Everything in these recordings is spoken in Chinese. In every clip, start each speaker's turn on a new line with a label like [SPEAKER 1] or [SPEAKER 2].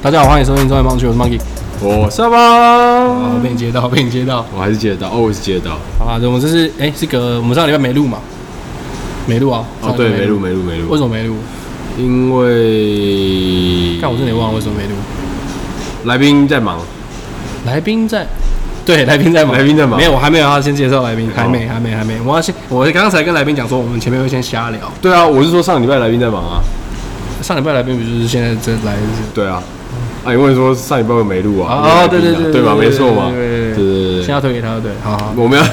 [SPEAKER 1] 大家好，欢迎收听中原棒球，我是 Monkey，
[SPEAKER 2] 我是阿邦。
[SPEAKER 1] 被你接到，
[SPEAKER 2] 我还是接得到，我是接得到。
[SPEAKER 1] 好啦，我们这是这个我们上个礼拜没录嘛，没录啊。
[SPEAKER 2] 对，没录。
[SPEAKER 1] 为什么没录？
[SPEAKER 2] 因为，
[SPEAKER 1] 看我真的也忘了为什么没录。
[SPEAKER 2] 来宾在忙。
[SPEAKER 1] 对，来宾在忙。没有，我还没有要先介绍来宾，还没。我刚才跟来宾讲说，我们前面会先瞎聊。
[SPEAKER 2] 对啊，我是说上礼拜来宾在忙啊。
[SPEAKER 1] 上礼拜来宾不就是现在这来的？
[SPEAKER 2] 对啊。你问说上礼拜没录啊？
[SPEAKER 1] 对，
[SPEAKER 2] 对吧？没错嘛。
[SPEAKER 1] 对。现在要推给他，对，好。
[SPEAKER 2] 我们要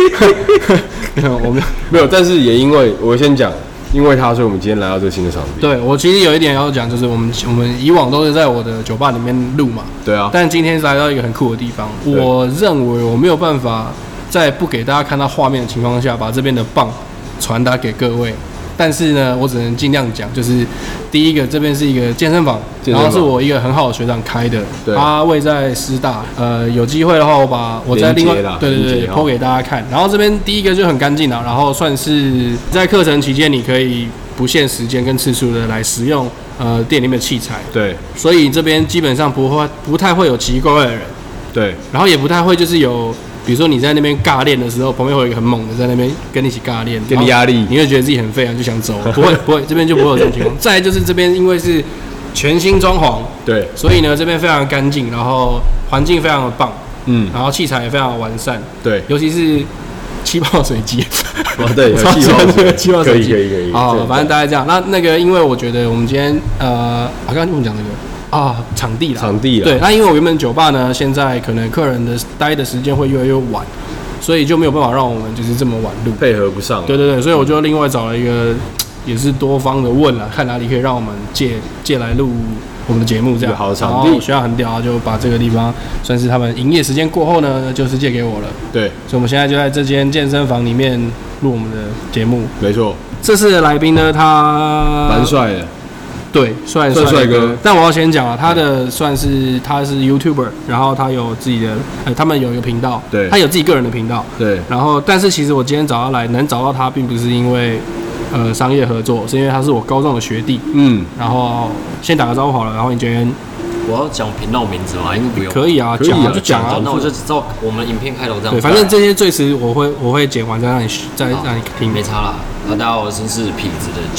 [SPEAKER 2] 没有，但是也因为我先讲。因为他，所以我们今天来到这个新的场地。
[SPEAKER 1] 对，我其实有一点要讲，就是我们以往都是在我的酒吧里面录嘛。对啊。但今天来到一个很酷的地方，我认为我没有办法在不给大家看到画面的情况下，把这边的棒传达给各位。但是呢，我只能尽量讲，就是第一个，这边是一个健身房，然后是我一个很好的学长开的，他位在师大。有机会的话，我在另外对po给大家看。然后这边第一个就很干净了，然后算是在课程期间你可以不限时间跟次数的来使用店里面的器材。对，所以这边基本上不太会有奇怪的人。对，然后也不太会就是有。比如说你在那边尬练的时候，旁边会有一个很猛的在那边跟你一起尬练，
[SPEAKER 2] 给你压力，
[SPEAKER 1] 你会觉得自己很废啊，就想走。不会，这边就不会有这种情况。再来就是这边因为是全新装潢，对，所以呢这边非常干净，然后环境非常的棒，然后器材也非常的完善，对，尤其是气泡水机，
[SPEAKER 2] 对，有
[SPEAKER 1] 气泡水机，
[SPEAKER 2] 可以，
[SPEAKER 1] 好，反正大概这样。那个，因为我觉得我们今天刚刚我们讲那个。场地啦，对，那因为我原本酒吧呢，现在可能客人的待的时间会越来越晚，所以就没有办法让我们就是这么晚录，配合不上。对，所以我就另外找了一个，也是多方的问了，看哪里可以让我们借来录我们的节目这样。好的场地，学校很屌，就把这个地方算是他们营业时间过后呢，就是借给我了。对，所以我们现在就在这间健身房里面录我们的节目。没错，这次的来宾呢，他蛮帅的。对，帅哥。但我要先讲啊，他是 YouTuber， 然后他有自己的，他们有一个频道，对，他有自己个人的频道，对。然后，但是其实我今天能找到他，并不是因为商业合作，是因为他是我高中的学弟。然后先打个招呼好了，然后你今天
[SPEAKER 3] 我要讲频道名字吗？应该不用。
[SPEAKER 1] 可以啊，讲啊。
[SPEAKER 3] 那我就照我们影片开头这样。
[SPEAKER 1] 对，反正这些最迟我会剪完再让你听。
[SPEAKER 3] 没差啦。大家好，我是痞子的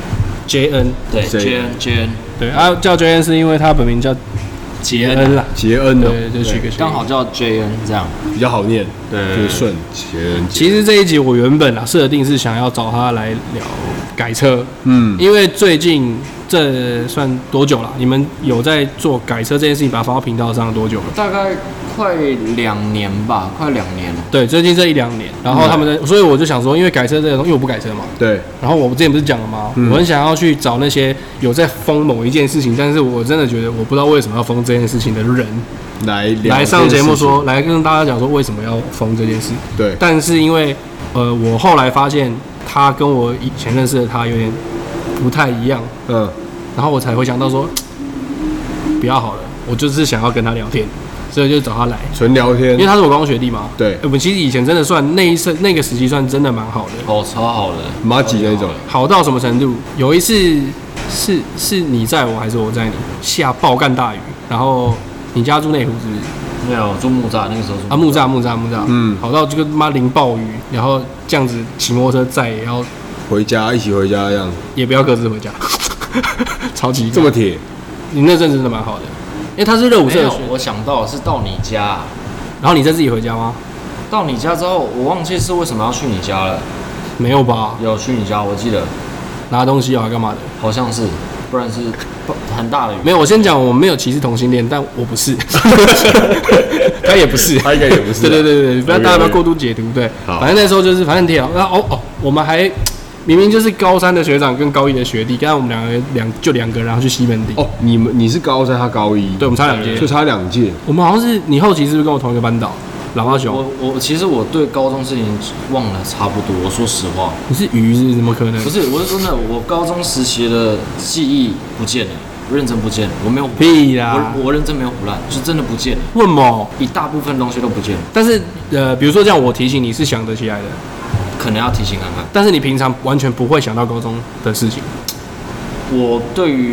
[SPEAKER 3] JN。对 JN
[SPEAKER 1] 对啊，叫 JN 是因为他本名叫杰恩啦，
[SPEAKER 2] 杰恩
[SPEAKER 1] 对，就取个
[SPEAKER 3] 刚好叫 JN 这样
[SPEAKER 2] 比较好念，对，就顺杰恩。
[SPEAKER 1] 其实这一集我原本设定是想要找他来聊改车，因为最近这算多久了？你们有在做改车这件事情，把它发到频道上多久了？
[SPEAKER 3] 大概快2年吧，快2年。
[SPEAKER 1] 对，最近这1-2年，然后他们所以我就想说，因为改车这个东西，因为我不改车嘛，对。然后我之前不是讲了吗？我很想要去找那些有在疯某一件事情，但是我真的觉得我不知道为什么要疯这件事情的人，来上节目说，来跟大家讲说为什么要疯这件事。对。但是因为我后来发现他跟我以前认识的他有点不太一样，然后我才会想到说，不要好了，我就是想要跟他聊天。所以就找他来
[SPEAKER 2] 纯聊天，
[SPEAKER 1] 因为他是我高中学弟嘛。对，我们其实以前真的算那个时期算真的蛮好的，
[SPEAKER 3] 超好的，
[SPEAKER 2] 麻吉那种。
[SPEAKER 1] 好到什么程度？有一次是你载我还是我载你？下爆干大雨，然后你家住内湖是不是？
[SPEAKER 3] 没有，住木栅那个时候住
[SPEAKER 1] 木栅。好到这个妈淋暴雨，然后这样子骑摩托车载也要
[SPEAKER 2] 回家，一起回家这样，
[SPEAKER 1] 也不要各自回家，超级
[SPEAKER 2] 这么铁。
[SPEAKER 1] 你那阵子真的蛮好的。因为他是热舞社的，
[SPEAKER 3] 我想到是到你家，
[SPEAKER 1] 然后你再自己回家吗？
[SPEAKER 3] 到你家之后，我忘记是为什么要去你家了。
[SPEAKER 1] 没有吧？
[SPEAKER 3] 有去你家，我记得
[SPEAKER 1] 拿东西啊，干嘛的？
[SPEAKER 3] 好像是，不然是很大的雨。
[SPEAKER 1] 没有，我先讲，我没有歧视同性恋，但我不是，他也不是，
[SPEAKER 2] 他应该也不是。
[SPEAKER 1] 对，不要大家不要过度解读。对，反正那时候就是反正挺好。然后我们还。明明就是高3的学长跟高1的学弟，刚才我们两个，然后去西门町。
[SPEAKER 2] 你是高3，他高1，
[SPEAKER 1] 对，我们差2届，
[SPEAKER 2] 就差2届。
[SPEAKER 1] 我们好像是你后期是不是跟我同一个班导？老阿雄。
[SPEAKER 3] 其实我对高中事情忘了差不多，我说实话。
[SPEAKER 1] 你是鱼是怎么可能？
[SPEAKER 3] 不是，我是真的，我高中时期的记忆不见了，认真不见了，我没有
[SPEAKER 1] 屁啦，
[SPEAKER 3] 我认真没有胡乱，是真的不见了。
[SPEAKER 1] 为什么？
[SPEAKER 3] 一大部分东西都不见了。
[SPEAKER 1] 但是比如说这样，我提醒你是想得起来的。
[SPEAKER 3] 可能要提醒看看，
[SPEAKER 1] 但是你平常完全不会想到高中的事情。
[SPEAKER 3] 我对于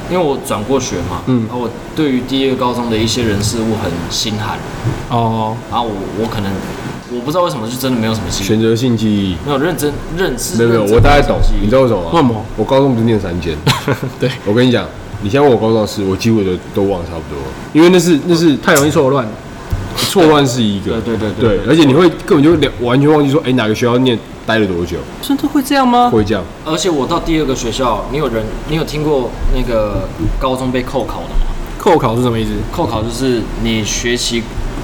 [SPEAKER 3] 因为我转过学嘛，我对于第一个高中的一些人事物很心寒，然后我可能我不知道为什么就真的没有什么记忆，
[SPEAKER 2] 选择性记忆
[SPEAKER 3] 没有认真认识，
[SPEAKER 2] 没有，我大概懂，你知道为什么吗？
[SPEAKER 1] 为什么？
[SPEAKER 2] 我高中不是念3间，
[SPEAKER 1] 对，
[SPEAKER 2] 我跟你讲，你现在问我高中的事，我几乎都忘得差不多，因为那是
[SPEAKER 1] 太容易错乱，
[SPEAKER 2] 错乱是一个，
[SPEAKER 3] 对，
[SPEAKER 2] 而且你会根本就完全忘记说，哪个学校待了多久？
[SPEAKER 1] 真的会这样吗？
[SPEAKER 2] 会这样。
[SPEAKER 3] 而且我到第2个学校，你有听过那个高中被扣考的吗？
[SPEAKER 1] 扣考是什么意思？
[SPEAKER 3] 扣考就是你学期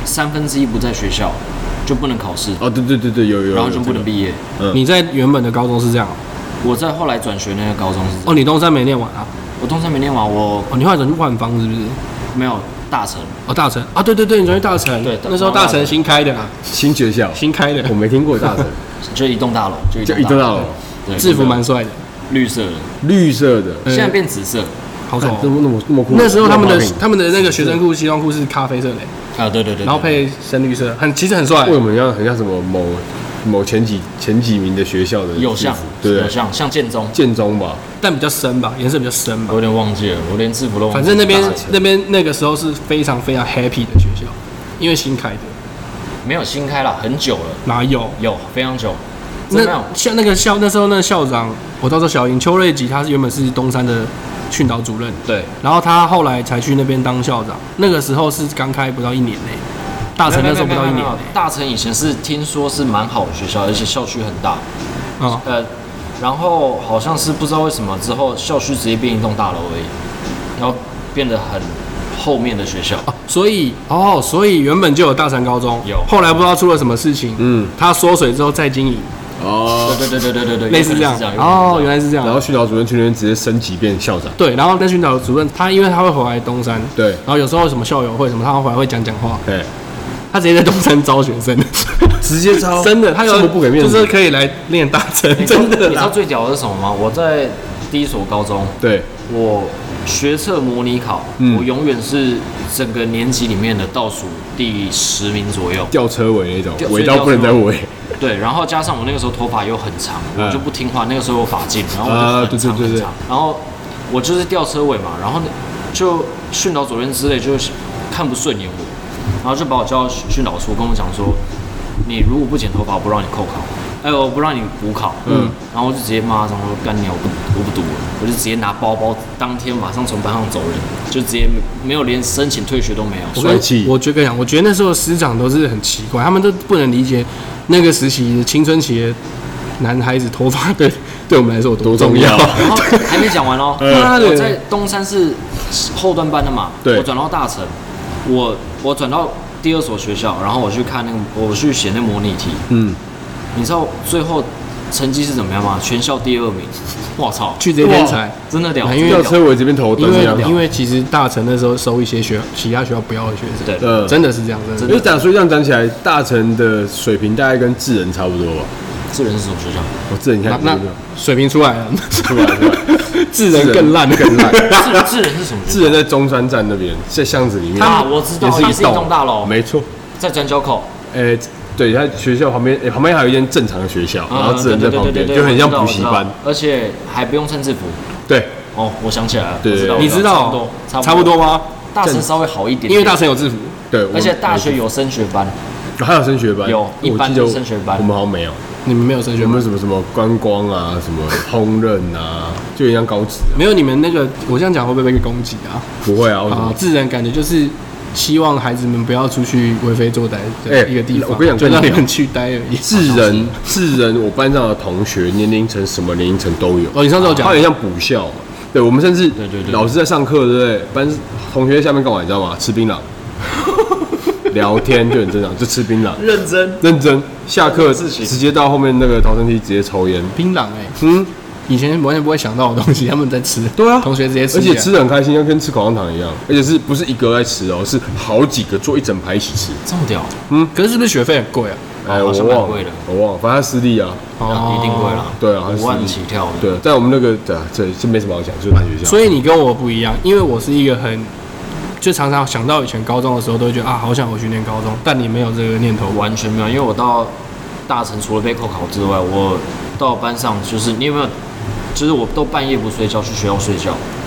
[SPEAKER 3] 1/3不在学校，就不能考试。
[SPEAKER 2] 对，有，
[SPEAKER 3] 然后就不能毕业。
[SPEAKER 1] 你在原本的高中是这样？
[SPEAKER 3] 我在后来转学那个高中是这样。
[SPEAKER 1] 你东山没念完啊？
[SPEAKER 3] 我东山没念完，
[SPEAKER 1] 你后来转去万芳是不是？
[SPEAKER 3] 没有。大成
[SPEAKER 1] 大成啊，对，你转去大成，对，那时候大成新开的，
[SPEAKER 2] 新学校
[SPEAKER 1] 新开的，
[SPEAKER 2] 我没听过大成，
[SPEAKER 3] 就一栋大楼，
[SPEAKER 2] 就一栋大楼，
[SPEAKER 1] 制服蛮帅的，
[SPEAKER 2] 绿色的，
[SPEAKER 3] 现在变紫色，
[SPEAKER 1] 好丑，
[SPEAKER 2] 那么酷。
[SPEAKER 1] 那时候他们的那个学生裤、西装裤是咖啡色的，
[SPEAKER 3] 对，
[SPEAKER 1] 然后配深绿色，其实很帅。
[SPEAKER 2] 为什么很像什么某前几名的学校的
[SPEAKER 3] 有像，
[SPEAKER 2] 对，
[SPEAKER 3] 有像
[SPEAKER 2] 建中吧，
[SPEAKER 1] 但比较深吧，颜色比较深吧。
[SPEAKER 3] 我有点忘记了，我连制服都忘记了。
[SPEAKER 1] 反正那边那个时候是非常非常 happy 的学校，因为新开的。
[SPEAKER 3] 没有新开了，很久了。
[SPEAKER 1] 哪有？
[SPEAKER 3] 有非常久。
[SPEAKER 1] 像那时候那个校长，我到时候小英邱瑞吉，他是原本是东山的训导主任，
[SPEAKER 3] 对，
[SPEAKER 1] 然后他后来才去那边当校长。那个时候是刚开不到1年内。大成那时候不到1年，
[SPEAKER 3] 大成以前是听说是蛮好的学校，而且校区很大。然后好像是不知道为什么之后校区直接变一栋大楼而已，然后变得很后面的学校。
[SPEAKER 1] 所以原本就有大成高中，后来不知道出了什么事情，他缩水之后再经营。
[SPEAKER 3] 对，
[SPEAKER 1] 类似这样。原来是这样。
[SPEAKER 2] 然后训导主任去那边直接升级变校长。
[SPEAKER 1] 对，然后那训导主任因为他会回来东山，
[SPEAKER 2] 对，
[SPEAKER 1] 然后有时候什么校友会什么，他回来会讲话，
[SPEAKER 2] 对。
[SPEAKER 1] 他直接在东山招学生，
[SPEAKER 2] 直接招，
[SPEAKER 1] 真的，他有
[SPEAKER 2] 不给面子，
[SPEAKER 1] 就是可以来练大成，真的。
[SPEAKER 3] 你知道最屌的是什么吗？我在第一所高中，
[SPEAKER 2] 对，
[SPEAKER 3] 我学测模拟考，我永远是整个年级里面的倒数第10名左右，
[SPEAKER 2] 吊车尾那种，尾到不能再尾。
[SPEAKER 3] 对，然后加上我那个时候头发又很长，我就不听话，那个时候有发镜，然后我就很长，然后我就是吊车尾嘛，然后就训导主任之类就看不顺眼我。然后就把我叫到训导处，跟我讲说，你如果不剪头发，我不让你扣考，我不让你补考。然后我就直接骂他说干你，我不读了，我就直接拿包包，当天马上从班上走人，就直接没有连申请退学都没有。
[SPEAKER 1] 我觉得那时候师长都是很奇怪，他们都不能理解那个时期青春期的男孩子头发对我们来说有多重要。
[SPEAKER 3] 然后还没讲完哦，我在东山是后段班的嘛，我转到大成。我转到第2所学校，然后我去看我去写那模拟题。你知道最后成绩是怎么样吗？全校第2名。我操！
[SPEAKER 1] 去这天才
[SPEAKER 3] 真的屌！
[SPEAKER 2] 吊车尾这边头灯
[SPEAKER 1] 因为其实大成那时候收一些其他学校不要的学生，
[SPEAKER 3] 对，
[SPEAKER 1] 真的是这样，真的。
[SPEAKER 2] 所以这样讲起来，大成的水平大概跟智仁差不多吧？
[SPEAKER 3] 智仁是什么学校？
[SPEAKER 2] 智仁你看
[SPEAKER 1] 那水平出来了，
[SPEAKER 2] 出来。
[SPEAKER 1] 智仁更烂。
[SPEAKER 3] 智仁是什么？
[SPEAKER 2] 智仁在中山站那边，在巷子里面。
[SPEAKER 3] 我知道，也是一栋大楼。
[SPEAKER 2] 没错，
[SPEAKER 3] 在转角口。
[SPEAKER 2] 对，他学校旁边还有一间正常的学校，然后智仁在旁边，就很像补习班，
[SPEAKER 3] 而且还不用穿制服。
[SPEAKER 2] 对，
[SPEAKER 3] 我想起来了，
[SPEAKER 1] 你知道差不多吗？
[SPEAKER 3] 大成稍微好一点，
[SPEAKER 1] 因为大成有制服。
[SPEAKER 2] 对，
[SPEAKER 3] 而且大学有升学班。
[SPEAKER 2] 还有升学班？
[SPEAKER 3] 有，一般的升学班。
[SPEAKER 2] 我们好像没有。
[SPEAKER 1] 你们没有升学班？
[SPEAKER 2] 有没有什么观光啊，什么烹饪啊，就很像高职。
[SPEAKER 1] 没有，你们那个我这样讲会不会被攻击啊？
[SPEAKER 2] 不会啊，
[SPEAKER 1] 自然感觉就是希望孩子们不要出去为非作歹的一个地方。
[SPEAKER 2] 我跟你讲，
[SPEAKER 1] 就让你们去待而已。
[SPEAKER 2] 智仁，我班上的同学年龄层什么年龄层都有。
[SPEAKER 1] 你上次有讲，
[SPEAKER 2] 他很像补校嘛。对，我们甚至老师在上课，对不对？班同学在下面干嘛？你知道吗？吃槟榔。聊天就很正常，就吃槟榔，认真。下课直接到后面那个逃生梯直接抽烟，
[SPEAKER 1] 槟榔以前完全不会想到的东西，他们在吃。
[SPEAKER 2] 对啊，
[SPEAKER 1] 同学直接吃，
[SPEAKER 2] 而且吃得很开心，跟吃口香糖一样，而且不是一个在吃哦，是好几个坐一整排一起吃，
[SPEAKER 3] 这么屌。
[SPEAKER 1] 可是不是学费很贵啊？
[SPEAKER 3] 好像蛮贵的，
[SPEAKER 2] 我忘了，反正私立啊，
[SPEAKER 3] 一定贵了。
[SPEAKER 2] 对啊
[SPEAKER 3] ，5万起跳的。
[SPEAKER 2] 对，在我们那个这没什么好讲，就是烂学校。
[SPEAKER 1] 所以你跟我不一样，因为我是一个就常常想到以前高中的时候，都会觉得好想回去念高中，但你没有这个念头，
[SPEAKER 3] 完全没有。因为我到大成除了被扣考之外，我到班上就是你有没有，就是我都半夜不睡觉去学校睡觉，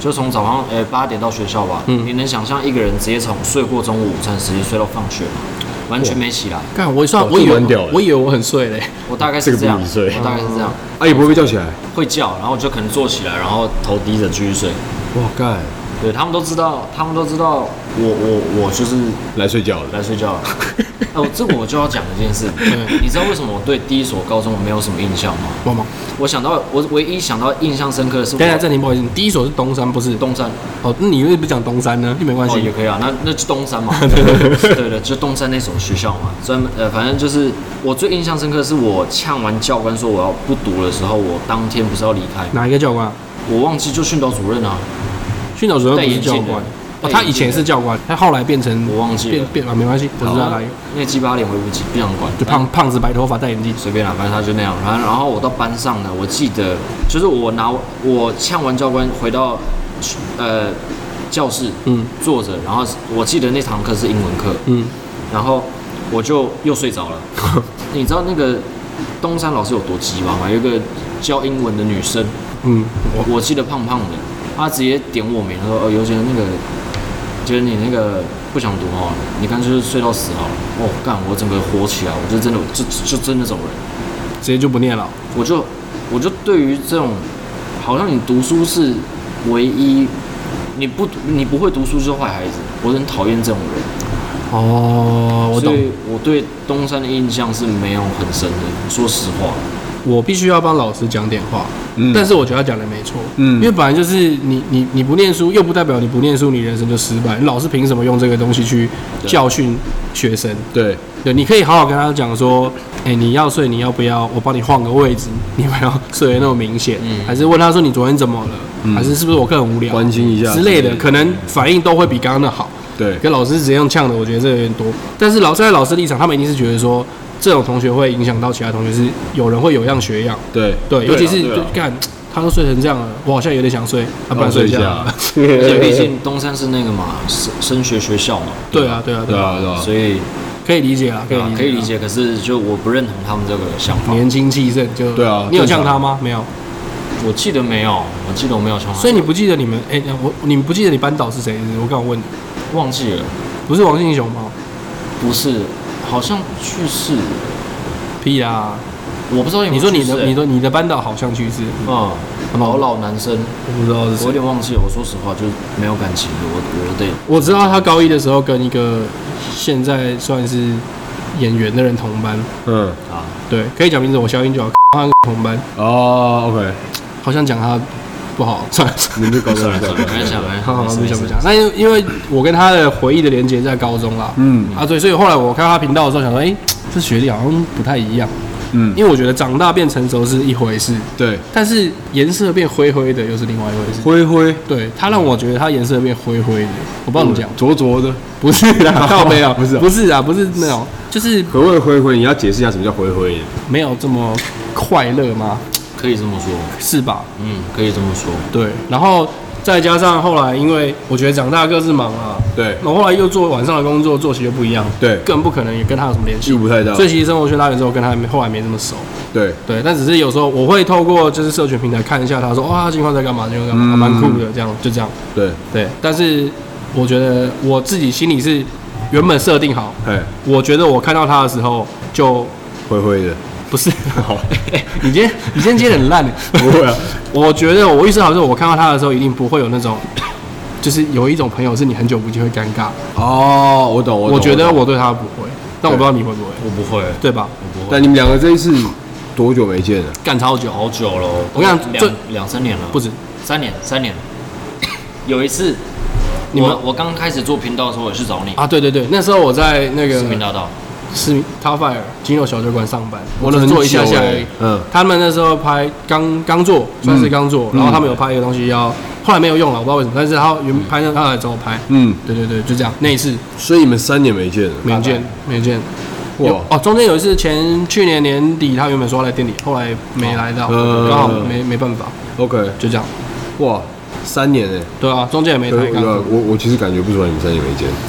[SPEAKER 3] 就从早上8点到学校吧。你能想象一个人直接从睡过中午午餐时间睡到放学吗？完全没起来。
[SPEAKER 1] 干，我以为我很睡嘞。
[SPEAKER 3] 我大概是这样，我大概是这样。
[SPEAKER 2] 啊，也不会被叫起来？
[SPEAKER 3] 会叫，然后我就可能坐起来，然后头低着继续睡。
[SPEAKER 2] 哇，干！
[SPEAKER 3] 对他们都知道我就是
[SPEAKER 2] 来睡觉了。
[SPEAKER 3] 这个我就要讲一件事。你知道为什么我对第一所高中没有什么印象吗？
[SPEAKER 1] 为什么？
[SPEAKER 3] 我唯一想到印象深刻的是，
[SPEAKER 1] 等一下暂停，不好意思，第一所是东山，不是
[SPEAKER 3] 东山。
[SPEAKER 1] 哦，那你为什么不讲东山呢？就没关系，
[SPEAKER 3] 也可以啊。那就东山嘛。对，就东山那所学校嘛。反正就是我最印象深刻的是我呛完教官说我要不读的时候，我当天不是要离开？
[SPEAKER 1] 哪一个教官？
[SPEAKER 3] 我忘记，就训导主任啊。
[SPEAKER 1] 训导主任不是教官。他以前是教官，他后来变成
[SPEAKER 3] 我忘记了，
[SPEAKER 1] 没关系，我知道他
[SPEAKER 3] 那鸡巴脸我也不想管，
[SPEAKER 1] 就胖子白头发戴眼镜，
[SPEAKER 3] 随便啦，反正他就那样。然后我到班上呢，我记得就是我呛完教官回到教室坐着，然后我记得那堂课是英文课然后我就又睡着了。你知道那个东山老师有多鸡巴吗？有一个教英文的女生，我记得胖胖的，她直接点我名，她说尤姐那个。觉得你那个不想读哦，你干脆就睡到死好了。哦，干，我整个火起来，我就真的就真的走人，
[SPEAKER 1] 直接就不念了。
[SPEAKER 3] 我就对于这种，好像你读书是唯一，你不会读书就是坏孩子，我很讨厌这种人。
[SPEAKER 1] 哦，我懂。
[SPEAKER 3] 所以我对东山的印象是没有很深的，说实话。
[SPEAKER 1] 我必须要帮老师讲点话，但是我觉得他讲的没错，因为本来就是你不念书，又不代表你不念书，你人生就失败。老师凭什么用这个东西去教训学生？对，你可以好好跟他讲说，你要睡，你要不要我帮你换个位置？你不要睡得那么明显，还是问他说你昨天怎么了？还是不是我课很无聊？
[SPEAKER 2] 关心一下
[SPEAKER 1] 之类的，可能反应都会比刚刚的好。对，跟老师直接用呛的，我觉得这有点多。但是站在老师立场，他们一定是觉得说，这种同学会影响到其他同学，是有人会有样学样。对，尤其是干他都睡成这样了，我好像有点想睡，他不然睡一下。
[SPEAKER 3] 而且毕竟东山是那个嘛，升学学校嘛。
[SPEAKER 1] 对啊，
[SPEAKER 3] 所以
[SPEAKER 1] 可以理解啊，
[SPEAKER 3] 可以理解。可是就我不认同他们这个想法。
[SPEAKER 1] 年轻气盛就对啊，你有呛他吗？没有。
[SPEAKER 3] 我记得没有，我没有呛他。
[SPEAKER 1] 所以你不记得你们你不记得你班导是谁？我刚问你。
[SPEAKER 3] 忘记了，
[SPEAKER 1] 不是王信雄吗？
[SPEAKER 3] 不是，好像去世。
[SPEAKER 1] 屁啦！
[SPEAKER 3] 我不知道
[SPEAKER 1] 你说你的班导好像去世。
[SPEAKER 3] 老男生，
[SPEAKER 1] 我不知道是谁。
[SPEAKER 3] 我有点忘记了。我说实话，就是没有感情的。
[SPEAKER 1] 我知道他高一的时候跟一个现在算是演员的人同班。对，可以讲名字，我消音就好。同班。哦 ，OK。好像讲他。不好，算了，
[SPEAKER 2] 你就高中了，
[SPEAKER 1] 好，不讲。那因为我跟他的回忆的连结在高中啦，对，所以后来我看他频道的时候，想说，这学历好像不太一样，因为我觉得长大变成熟是一回事，对，但是颜色变灰灰的又是另外一回事，灰，对，他让我觉得他颜色变灰灰的，我不知道怎么讲，
[SPEAKER 2] 浊的，
[SPEAKER 1] 不是啦，靠背啊，不是啊，不是那种，就是
[SPEAKER 2] 何谓灰灰？你要解释一下什么叫灰灰？
[SPEAKER 1] 没有这么快乐吗？
[SPEAKER 3] 可以这么说，是吧？可以这么说。对，
[SPEAKER 1] 然后再加上后来，因为我觉得长大各自忙啊，对，我后来又做晚上的工作，作息又不一样，对，更不可能也跟他有什么联系，
[SPEAKER 2] 不太大。
[SPEAKER 1] 所以其实生活圈大学之后，跟他后来没这么熟，对，但只是有时候我会透过就是社群平台看一下，他说他近况在干嘛，蛮酷的，这样就这样，对。但是我觉得我自己心里是原本设定好，我觉得我看到他的时候就
[SPEAKER 2] 灰灰的。
[SPEAKER 1] 不是，你今天接的很烂。不会啊，我觉得我预设好之后，我看到他的时候，一定不会有那种，就是有一种朋友是你很久不见会尴尬。哦，我懂。我觉得我对他不会，但我不知道你会不会。
[SPEAKER 3] 我不会，
[SPEAKER 1] 对吧？
[SPEAKER 3] 我不会。
[SPEAKER 2] 但你们两个这一次多久没见了？
[SPEAKER 1] 干超久，
[SPEAKER 3] 好久了。
[SPEAKER 1] 我跟你讲，
[SPEAKER 3] 两三年了，
[SPEAKER 1] 不止
[SPEAKER 3] 3年。有一次，我刚开始做频道的时候，我去找你
[SPEAKER 1] 啊。对，那时候我在那个
[SPEAKER 3] 市民大道。
[SPEAKER 1] 是 Top Fire 金肉小酒馆上班，我能做一下下而已。他们那时候拍刚做，算是刚做，然后他们有拍一个东西后来没有用了，我不知道为什么，但是他拍那他来找我拍。对，就这样那一次。
[SPEAKER 2] 所以你们3年没见了？
[SPEAKER 1] 没见。哇！中间有一次去年年底，他原本说要来店里，后来没来到，刚好没办法。
[SPEAKER 2] OK，
[SPEAKER 1] 就这样。
[SPEAKER 2] 哇，3年哎。
[SPEAKER 1] 对啊，中间也没抬杠。
[SPEAKER 2] 我其实感觉不出来你们3年没见。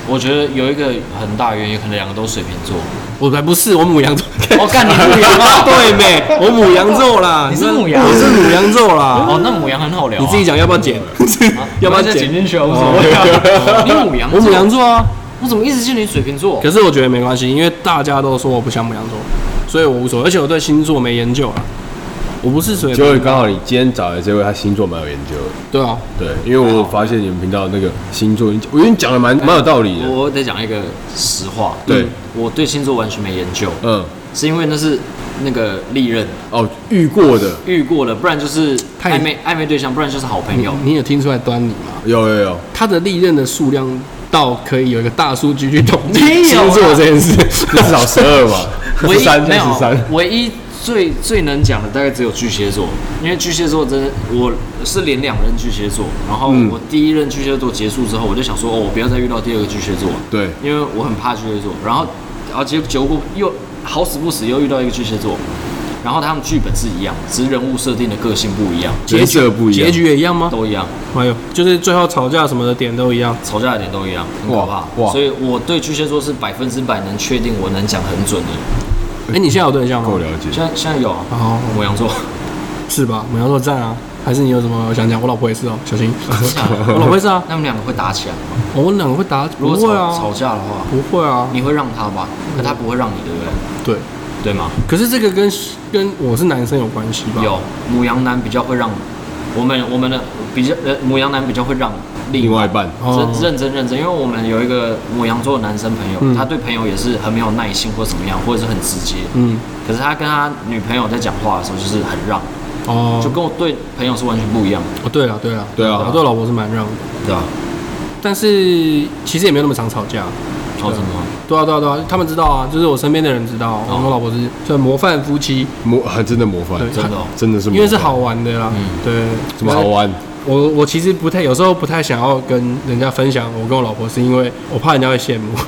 [SPEAKER 3] 我觉得有一个很大原因，可能2个都水瓶座。
[SPEAKER 1] 我才不是，我牡羊座。
[SPEAKER 3] 我干你牡羊啊？
[SPEAKER 1] 对没？我牡羊座啦。
[SPEAKER 3] 你是牡羊？
[SPEAKER 1] 我是牡羊座啦。
[SPEAKER 3] 哦，那牡羊很好聊。
[SPEAKER 1] 你自己讲要不要剪？
[SPEAKER 3] 要不要剪进去啊？无所谓啊。你牡羊？
[SPEAKER 1] 我牡羊座啊。
[SPEAKER 3] 我怎么一直记得你水瓶座？
[SPEAKER 1] 可是我觉得没关系，因为大家都说我不像牡羊座，所以我无所谓。而且我对星座没研究啦。我不是水瓶座。
[SPEAKER 2] 就刚好你今天找的这位，他星座蛮有研究的。
[SPEAKER 1] 对啊，
[SPEAKER 2] 对，因为我发现你们频道那个星座，我觉得你讲的蛮有道理的。
[SPEAKER 3] 我得讲一个实话，
[SPEAKER 2] 对，
[SPEAKER 3] 我对星座完全没研究，是因为那是那个历任
[SPEAKER 2] 遇过的，
[SPEAKER 3] 不然就是暧昧对象，不然就是好朋友。
[SPEAKER 1] 你有听出来端倪吗？
[SPEAKER 2] 有，
[SPEAKER 1] 他的历任的数量到可以有一个大数据去统计星座这件事，
[SPEAKER 2] 至少12嘛，13，
[SPEAKER 3] 唯一最能讲的大概只有巨蟹座，因为巨蟹座真的我是连2任巨蟹座，然后我第1任巨蟹座结束之后，我就想说我不要再遇到第2个巨蟹座，
[SPEAKER 2] 对，
[SPEAKER 3] 因为我很怕巨蟹座，然后结果又好死不死又遇到一个巨蟹座，然后他们剧本是一样，只是人物设定的个性不一样，
[SPEAKER 2] 角色不一样，
[SPEAKER 1] 结局也一样吗？
[SPEAKER 3] 都一样，
[SPEAKER 1] 还有就是最后吵架什么的点都一样，
[SPEAKER 3] 吵架的点都一样，很可怕。所以我对巨蟹座是100%能确定我能讲很准的。
[SPEAKER 1] 你现在有对象吗？
[SPEAKER 2] 够了解。
[SPEAKER 3] 现在有啊。牡羊座
[SPEAKER 1] 是吧？牡羊座赞啊。还是你有什么想讲？我老婆也是哦，小心。我老婆也是啊。
[SPEAKER 3] 那你们2个会打起来吗？
[SPEAKER 1] 我们2个会打，
[SPEAKER 3] 如果
[SPEAKER 1] 不会啊。
[SPEAKER 3] 吵架的话，
[SPEAKER 1] 不会啊。
[SPEAKER 3] 你会让他吧？可他不会让你，对不对？对吗？
[SPEAKER 1] 可是这个跟我是男生有关系吧？
[SPEAKER 3] 有，牡羊男比较会让我们的比较牡羊男比较会让
[SPEAKER 2] 另外一半
[SPEAKER 3] 认真，因为我们有一个牡羊座的男生朋友，他对朋友也是很没有耐心或怎么样，或者是很直接。可是他跟他女朋友在讲话的时候就是很让。就跟我对朋友是完全不一样。
[SPEAKER 1] 对啊，我对老婆是蛮让的。
[SPEAKER 3] 对啊。但
[SPEAKER 1] 是其实也没有那么常吵架。
[SPEAKER 3] 吵什么？
[SPEAKER 1] 对啊，他们知道啊，就是我身边的人知道，我老婆是算模范夫妻。
[SPEAKER 2] 真的模范，真的是模范，
[SPEAKER 1] 因为是好玩的啦。对。
[SPEAKER 2] 怎么好玩？
[SPEAKER 1] 我其实有时候不太想要跟人家分享我跟我老婆，是因为我怕人家会羡慕。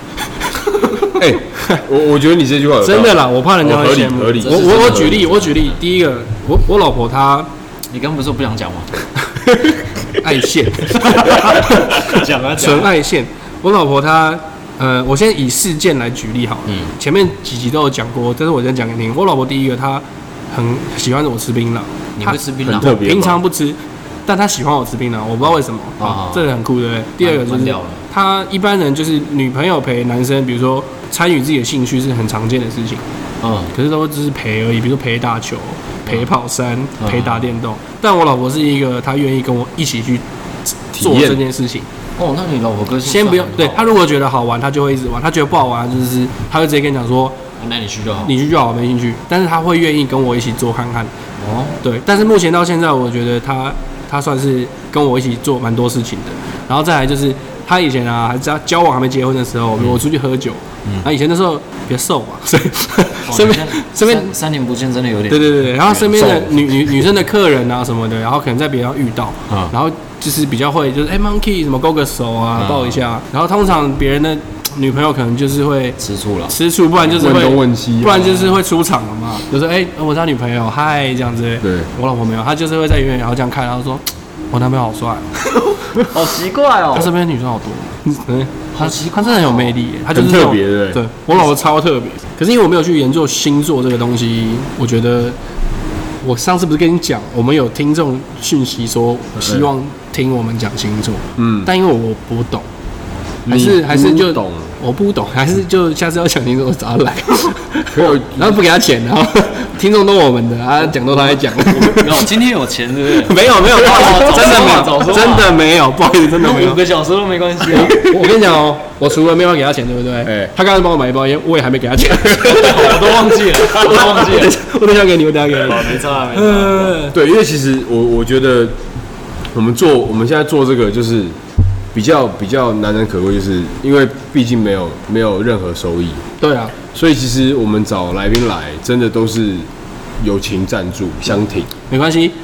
[SPEAKER 2] 我觉得你这句话
[SPEAKER 1] 真的啦，我怕人家会羡慕。
[SPEAKER 2] 合理。
[SPEAKER 1] 我举例，第一个，我老婆她，
[SPEAKER 3] 你刚不是说不想讲吗？
[SPEAKER 1] 爱线，
[SPEAKER 3] 讲啊，
[SPEAKER 1] 纯爱线。我老婆她，我先以事件来举例好了。前面几集都有讲过，但是我先讲给你听。我老婆第一个，她很喜欢我吃槟榔。
[SPEAKER 3] 你会吃槟榔？
[SPEAKER 1] 平常不吃，但她喜欢我吃槟榔，我不知道为什么。这个很酷，对不对？第二个就是，她一般人就是女朋友陪男生，比如说参与自己的兴趣是很常见的事情。可是都只是陪而已，比如说陪打球、陪跑山、陪打电动。但我老婆是一个，她愿意跟我一起去做这件事情。
[SPEAKER 3] 那你老婆个性
[SPEAKER 1] 先不用，对她如果觉得好玩，她就会一直玩；她觉得不好玩，就是她会直接跟你讲说：“
[SPEAKER 3] 那你去就好，
[SPEAKER 1] 你去就好，没兴趣。”但是她会愿意跟我一起做看看。对。但是目前到现在，我觉得她算是跟我一起做蛮多事情的。然后再来就是。他以前啊，还在交往还没结婚的时候，我出去喝酒。他以前那时候比较瘦嘛，所以身边
[SPEAKER 3] 3年不见真的有点。
[SPEAKER 1] 对，然后身边的女生的客人啊什么的，然后可能在别人遇到，然后就是比较会就是monkey 什么勾个手啊，抱一下。然后通常别人的女朋友可能就是会吃醋，不然就是会
[SPEAKER 2] 问西，
[SPEAKER 1] 不然就是会出场了嘛，就是我是他女朋友，嗨这样子。
[SPEAKER 2] 对，
[SPEAKER 1] 我老婆没有，她就是会在远远然后这样看，然后说我男朋友好帅。
[SPEAKER 3] 好奇怪哦，
[SPEAKER 1] 他身边的女生好多，他真的很有魅力耶，他就是
[SPEAKER 2] 很特别的。
[SPEAKER 1] 对，我老婆超特别，可是因为我没有去研究星座这个东西，我觉得我上次不是跟你讲，我们有听众讯息说希望听我们讲星座，但因为我不懂，还是就懂，我不懂，还是就下次要讲星座找他来，然后不给他钱，然后。听众都我们的啊，讲都他在讲。
[SPEAKER 3] 今天有钱是不是？
[SPEAKER 1] 没有，真的没有，真的没有，不好意思，真的没有。
[SPEAKER 3] 5个小时都没关系。
[SPEAKER 1] 我跟你讲哦，我除了没有给他钱，对不对？他刚才帮我买一包烟，我也还没给他钱。
[SPEAKER 3] 我都忘记了，
[SPEAKER 1] 我等下给你，没
[SPEAKER 3] 差。
[SPEAKER 2] 对，因为其实我觉得我们现在做这个就是比较难能可贵，就是因为毕竟没有任何收益。
[SPEAKER 1] 对啊。
[SPEAKER 2] 所以其实我们找来宾来，真的都是友情赞助相挺。
[SPEAKER 1] 没关系，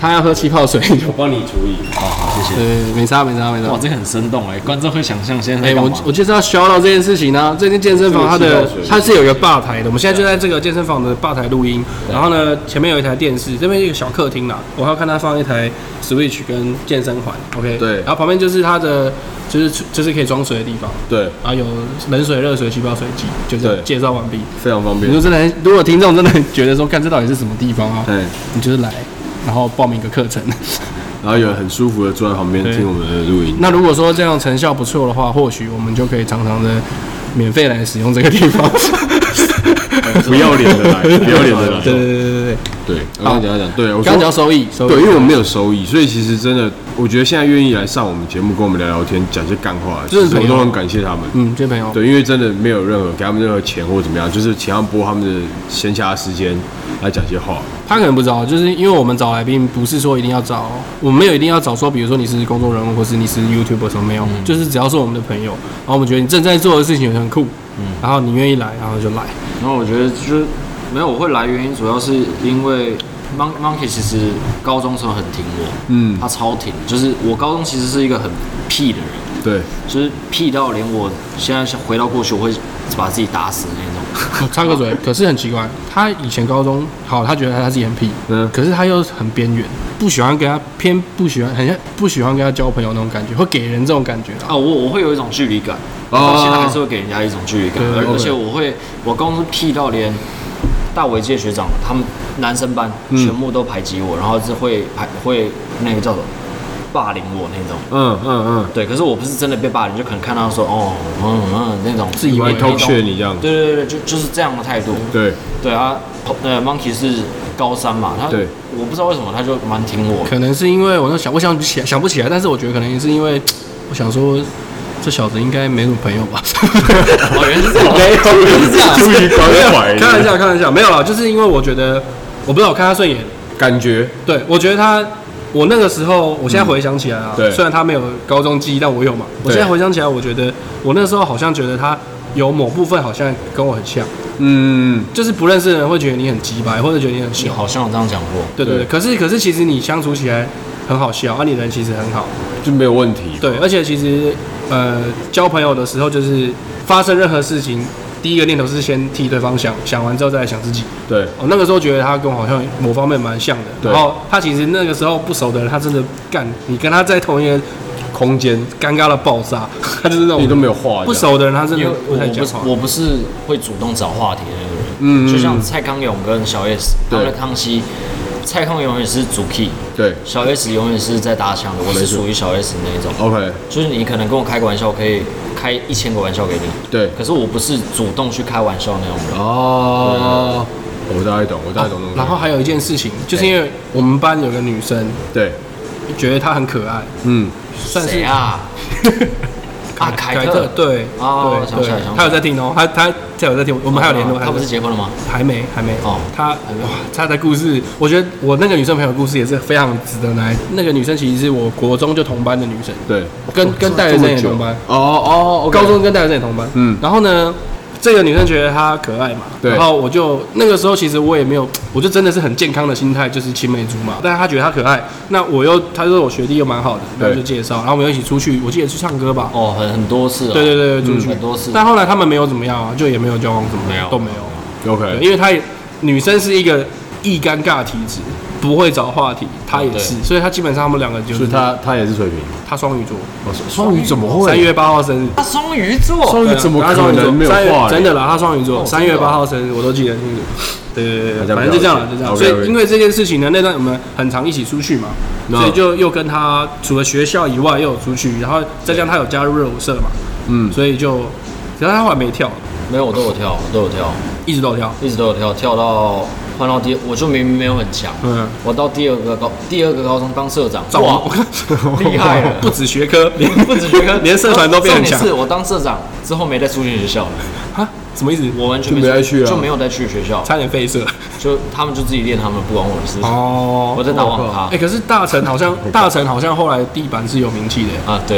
[SPEAKER 1] 他要喝气泡水，
[SPEAKER 2] 我帮你处理。
[SPEAKER 3] 好，谢谢。
[SPEAKER 1] 对，没差。
[SPEAKER 3] 哇，这个很生动观众会想象现在。
[SPEAKER 1] 我就是要shout out这件事情呢。这间健身房它是有一个吧台的，我们现在就在这个健身房的吧台录音。然后呢，前面有一台电视，这边一个小客厅啦。我还要看他放一台 Switch 跟健身环 ，OK。对。然后旁边就是他的，就是可以装水的地方。对。然后有冷水、热水、气泡水机，就这样介绍完毕。
[SPEAKER 2] 非常方便。
[SPEAKER 1] 你说真的，如果听众真的觉得说，看这到底是什么地方啊？你就是来，然后报名个课程。
[SPEAKER 2] 然后有很舒服的坐在旁边听我们的录音。
[SPEAKER 1] 那如果说这样成效不错的话，或许我们就可以常常的免费来使用这个地方。
[SPEAKER 2] 不要脸的来，不要脸的来。
[SPEAKER 1] 对，
[SPEAKER 2] 我刚讲，对我
[SPEAKER 1] 刚讲收益，
[SPEAKER 2] 对，因为我们没有收益，所以其实真的，我觉得现在愿意来上我们节目跟我们聊聊天，讲些干话，其实我都很感谢他们。
[SPEAKER 1] 这些朋友。
[SPEAKER 2] 对，因为真的没有给他们任何钱或怎么样，就是请他们拨他们的闲暇时间来讲些话。
[SPEAKER 1] 他可能不知道，就是因为我们找来宾不是说一定要找，我们没有一定要找说，比如说你是公众人物或是你是 YouTuber 什么没有，就是只要是我们的朋友，然后我们觉得你正在做的事情很酷，然后你愿意来，然后就来。
[SPEAKER 3] 然后我觉得就是没有我会来原因，主要是因为 Monkey 其实高中时候很挺我，他超挺，就是我高中其实是一个很屁的人，
[SPEAKER 2] 对，
[SPEAKER 3] 就是屁到连我现在回到过去，我会把自己打死的那种。
[SPEAKER 1] 插个嘴，可是很奇怪，他以前高中好，他觉得他自己很屁，可是他又很边缘，不喜欢跟他不喜欢跟他交朋友那种感觉，会给人这种感觉
[SPEAKER 3] 啊。我会有一种距离感，到现在还是会给人家一种距离感，而且我高中屁到连大尾届学长他们男生班全部都排挤我，然后是会那个叫什么霸凌我那种，对，可是我不是真的被霸凌，就可能看到说那种
[SPEAKER 1] 自以为
[SPEAKER 2] 偷窃你这样，
[SPEAKER 3] 对，就是这样的态度，对啊，Monkey 是高三嘛，我不知道为什么他就蛮挺我，
[SPEAKER 1] 可能是因为我想不起来，但是我觉得可能是因为我想说。这小子应该没什么朋友吧？
[SPEAKER 3] 原来是这样，是这样，
[SPEAKER 2] 注意关怀。
[SPEAKER 1] 开玩笑，没有啦，就是因为我觉得，我不知道我看他顺眼，
[SPEAKER 2] 感觉，
[SPEAKER 1] 对我觉得我那个时候，我现在回想起来啊，虽然他没有高中记忆，但我有嘛。我现在回想起来，我觉得我那时候好像觉得他有某部分好像跟我很像，就是不认识的人会觉得你很鸡掰，或者觉得你很凶。
[SPEAKER 3] 你好像有这样讲过，
[SPEAKER 1] 对，可是其实你相处起来很好笑，你人其实很好，
[SPEAKER 2] 就没有问题。
[SPEAKER 1] 对，而且其实。交朋友的时候，就是发生任何事情，第一个念头是先替对方想完之后再来想自己。
[SPEAKER 2] 对，
[SPEAKER 1] 那个时候觉得他跟我好像某方面蛮像的。然后他其实那个时候不熟的人，他真的你跟他在同一个
[SPEAKER 2] 空间，
[SPEAKER 1] 尴尬的爆炸。他就是那种
[SPEAKER 2] 你都没有话。
[SPEAKER 1] 不熟的人，他真的不太讲话。
[SPEAKER 3] 我不是会主动找话题的那个人。就像蔡康永跟小 S 他们的康熙。蔡康永远是主 key， 对，小 S 永远是在搭腔的，我是属于小 S 那一种。OK， 就是你可能跟我开个玩笑，可以开1000个玩笑给你，对，可是我不是主动去开玩笑那种人。哦，
[SPEAKER 2] 我大概懂那种。
[SPEAKER 1] 然后还有一件事情，就是因为我们班有个女生，对，觉得她很可爱，算是
[SPEAKER 3] 谁啊？凯特，
[SPEAKER 1] 对，
[SPEAKER 3] 想起来，
[SPEAKER 1] 他有在听哦，他有在听，我们还有联络。
[SPEAKER 3] 他不是结婚了吗？
[SPEAKER 1] 还没哦。他的故事，我觉得我那个女生朋友的故事也是非常值得来。那个女生其实是我国中就同班的女生，对，跟戴维森也同班。高中跟戴维森也同班。然后呢？这个女生觉得她可爱嘛，然后我就那个时候其实我也没有，我就真的是很健康的心态，就是青梅竹马。但是她觉得她可爱，那她说我学弟又蛮好的，然后就介绍，然后我们一起出去，我记得去唱歌吧。
[SPEAKER 3] 很多次。
[SPEAKER 1] 对，出去
[SPEAKER 3] 很多次。
[SPEAKER 1] 但后来他们没有怎么样啊，就也没有交往，什么都没有。OK， 因为女生是一个易尴尬体质。不会找话题，他也是，所以他基本上他们两个就是。
[SPEAKER 2] 他也是水瓶，
[SPEAKER 1] 他双鱼座。
[SPEAKER 2] 双鱼怎么会
[SPEAKER 1] ？3月8号生日。
[SPEAKER 3] 他双鱼座。
[SPEAKER 2] 双鱼怎么可能没有话？
[SPEAKER 1] 真的啦，他双鱼座，3月8号生日，我都记得清楚。对，反正就这样了，就这样。所以因为这件事情呢，那段我们很常一起出去嘛，所以就又跟他除了学校以外又有出去，然后再加上他有加入热舞社嘛，所以就，可是他后来没跳。
[SPEAKER 3] 没有，我都有跳，
[SPEAKER 1] 一直都有跳，
[SPEAKER 3] 跳到换到我就明明没有很强，我到第二个高中当社长，哇，厉害了，
[SPEAKER 1] 不止学科，连社团都变很强。
[SPEAKER 3] 重点是我当社长之后没再出去学校了，
[SPEAKER 1] 哈，什么意思？
[SPEAKER 3] 我完全
[SPEAKER 2] 没再去了，
[SPEAKER 3] 就没有再去学校，
[SPEAKER 1] 差点废社，
[SPEAKER 3] 就他们就自己练他们，不关我的事。哦，我在打网咖。
[SPEAKER 1] 可是大成好像后来地板是有名气的
[SPEAKER 3] 啊，对。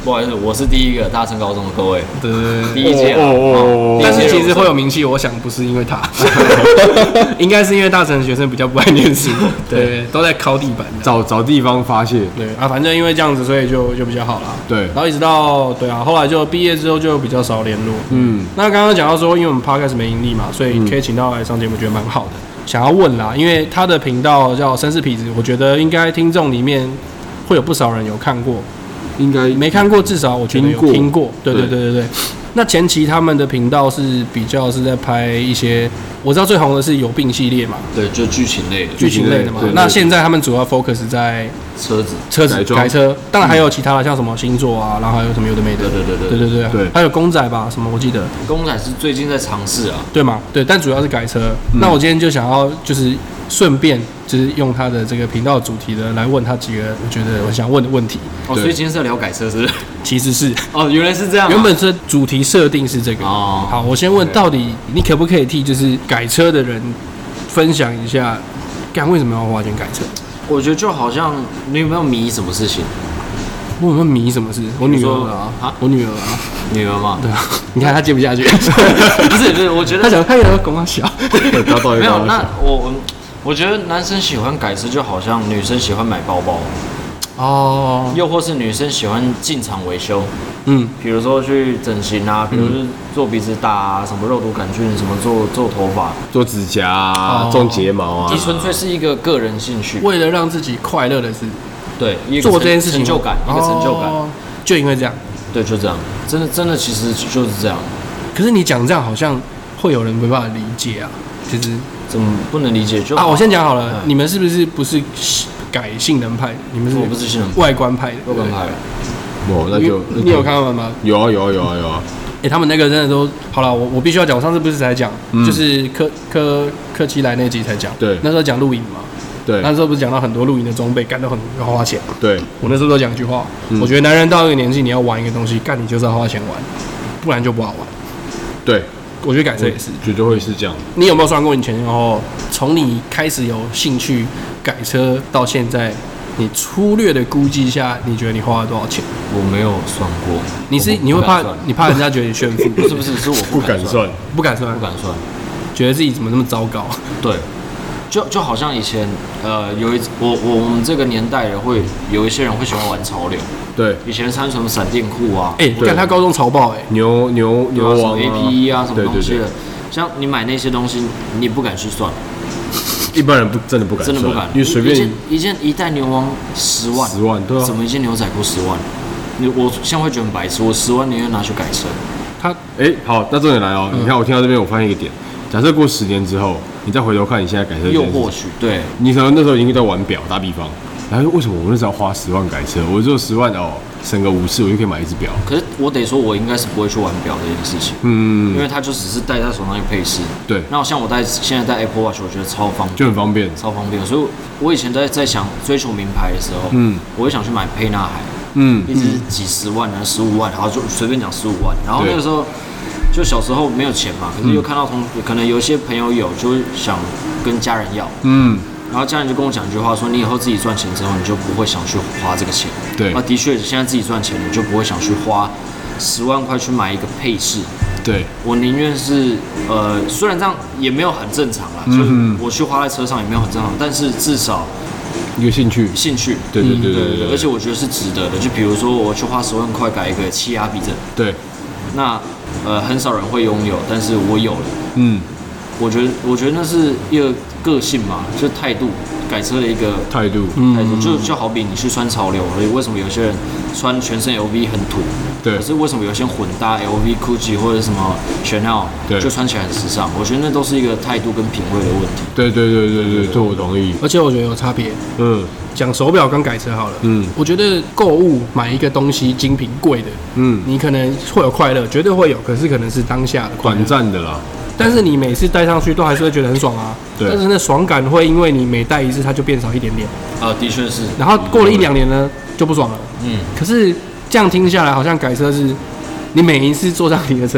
[SPEAKER 3] 不好意思，我是第一个大成高中的各位，
[SPEAKER 1] 对，
[SPEAKER 3] 第一届
[SPEAKER 1] 但是其实会有名气，我想不是因为他，应该是因为大成的学生比较不爱念书，对，都在敲地板，
[SPEAKER 2] 找地方发泄。
[SPEAKER 1] 对啊，反正因为这样子，所以就比较好啦。
[SPEAKER 2] 对，
[SPEAKER 1] 然后一直到后来就毕业之后就比较少联络。那刚刚讲到说，因为我们 podcast 没盈利嘛，所以可以请到来上节目，觉得蛮好的。想要问啦，因为他的频道叫绅士痞子，我觉得应该听众里面会有不少人有看过，
[SPEAKER 2] 应该
[SPEAKER 1] 没看过，至少我觉得有听过。对。那前期他们的频道是比较是在拍一些，我知道最红的是有病系列嘛，
[SPEAKER 3] 对，就剧情类的
[SPEAKER 1] 嘛。那现在他们主要 focus 在
[SPEAKER 3] 车子
[SPEAKER 1] 改车，当然还有其他的，像什么星座啊，然后还有什么有的没的。对，还有公仔吧，什么我记得。
[SPEAKER 3] 公仔是最近在尝试啊，
[SPEAKER 1] 对嘛？对，但主要是改车。那我今天就想要就是顺便就是用他的这个频道主题的来问他几个我觉得我想问的问题。
[SPEAKER 3] 所以今天是要聊改车是不是？
[SPEAKER 1] 其实是
[SPEAKER 3] 原来是这样。
[SPEAKER 1] 原本是主题设定是这个。好，我先问，到底你可不可以替就是改车的人分享一下，为什么要花钱改车？
[SPEAKER 3] 我觉得就好像你有没有迷什么事情？
[SPEAKER 1] 我有没有迷什么事？我女儿啊，我女儿啊，
[SPEAKER 3] 女儿嘛，
[SPEAKER 1] 对啊，你看她接不下去。
[SPEAKER 3] 不是，我觉得
[SPEAKER 1] 她有跟我小，
[SPEAKER 3] 没有。那我觉得男生喜欢改车，就好像女生喜欢买包包。又或是女生喜欢进厂维修，比如说去整形啊，比如是做鼻子大啊，什么肉毒杆菌，什么做头发、
[SPEAKER 2] 做指甲啊、种睫毛啊，
[SPEAKER 3] 你纯粹是一个个人兴趣，
[SPEAKER 1] 为了让自己快乐的事，
[SPEAKER 3] 对，
[SPEAKER 1] 做这件事情
[SPEAKER 3] 成就感，一个成就感，
[SPEAKER 1] 就因为这样，
[SPEAKER 3] 对，就这样，真的其实就是这样。
[SPEAKER 1] 可是你讲这样好像会有人没办法理解啊，其实
[SPEAKER 3] 怎么不能理解？
[SPEAKER 1] 我先讲好了，你们是不是改性能派？你们是？
[SPEAKER 3] 我不是性能
[SPEAKER 1] 外观派的。
[SPEAKER 2] 那就
[SPEAKER 1] 你有看到吗？
[SPEAKER 2] 有啊。
[SPEAKER 1] 他们那个真的都好了。我必须要讲，我上次不是才讲，就是科基来那集才讲。
[SPEAKER 2] 对，
[SPEAKER 1] 那时候讲露营嘛。
[SPEAKER 2] 对，
[SPEAKER 1] 那时候不是讲到很多露营的装备，干都很要花钱。
[SPEAKER 2] 对，
[SPEAKER 1] 我那时候都讲一句话，我觉得男人到一个年纪，你要玩一个东西，干你就是要花钱玩，不然就不好玩。
[SPEAKER 2] 对。
[SPEAKER 1] 我觉得改车也是，
[SPEAKER 2] 绝对会是这样。
[SPEAKER 1] 你有没有算过你前后，从你开始有兴趣改车到现在，你粗略的估计一下，你觉得你花了多少钱？
[SPEAKER 3] 我没有算过。
[SPEAKER 1] 你会怕人家觉得你炫富？
[SPEAKER 3] 不是，是我
[SPEAKER 2] 不敢算，
[SPEAKER 1] 不敢算，觉得自己怎么那么糟糕？
[SPEAKER 3] 对，就好像以前我们这个年代人会有一些人会喜欢玩潮流。
[SPEAKER 2] 对，
[SPEAKER 3] 以前穿什么闪电裤啊？
[SPEAKER 1] 你看他高中潮爆
[SPEAKER 2] 牛王
[SPEAKER 3] APE 啊，什么东西的。像你买那些东西，你不敢去算。
[SPEAKER 2] 一般人真的不敢，因为随便
[SPEAKER 3] 一袋牛王10万，
[SPEAKER 2] 对啊，
[SPEAKER 3] 怎么一件牛仔裤10万？我现在会觉得很白痴，我10万宁愿拿去改车。
[SPEAKER 2] 好，那重点来哦，你看我听到这边，我发现一个点，假设过10年之后，你再回头看你现在改车，
[SPEAKER 3] 又或许对，
[SPEAKER 2] 你可能那时候已经在玩表，打比方。然后为什么我那时候要花10万改车？我只有10万省个5次我就可以买一只表。
[SPEAKER 3] 可是我得说，我应该是不会去玩表这件事情，因为它就只是戴在手上一个配饰。
[SPEAKER 2] 对。
[SPEAKER 3] 那像我现在戴 Apple Watch， 我觉得超方便，
[SPEAKER 2] 就很方便，
[SPEAKER 3] 超方便。所以我以前在想追求名牌的时候，我会想去买沛纳海，一直几10万啊，15万，然后就随便讲15万。然后那个时候就小时候没有钱嘛，可是又看到可能有些朋友有，就会想跟家人要，然后家人就跟我讲一句话，说你以后自己赚钱之后，你就不会想去花这个钱。
[SPEAKER 2] 对。
[SPEAKER 3] 的确，现在自己赚钱，你就不会想去花10万块去买一个配饰。
[SPEAKER 2] 对。
[SPEAKER 3] 我宁愿是虽然这样也没有很正常啦，就是我去花在车上也没有很正常，但是至少
[SPEAKER 2] 一个兴趣。
[SPEAKER 3] 对，而且我觉得是值得的。就比如说我去花10万块改一个气压避震，
[SPEAKER 2] 对。
[SPEAKER 3] 那很少人会拥有，但是我有了。我觉得那是一个个性嘛，就是态度，改车的一个
[SPEAKER 2] 态度，
[SPEAKER 3] 就好比你去穿潮流，所以为什么有些人穿全身 LV 很土？
[SPEAKER 2] 对。可
[SPEAKER 3] 是为什么有些混搭 LV、GUCCI 或者什么 Chanel， 就穿起来很时尚？我觉得那都是一个态度跟品味的问题。
[SPEAKER 2] 对，这我同意。
[SPEAKER 1] 而且我觉得有差别。讲手表跟改车好了。我觉得购物买一个东西精品贵的，你可能会有快乐，绝对会有，可是可能是当下的快乐，
[SPEAKER 2] 短暂的啦。
[SPEAKER 1] 但是你每次戴上去都还是会觉得很爽啊。
[SPEAKER 2] 对。
[SPEAKER 1] 但是那爽感会因为你每戴一次它就变少一点点。
[SPEAKER 3] 的确是。
[SPEAKER 1] 然后过了1-2年呢就不爽了。可是这样听下来，好像改车是，你每一次坐上你的车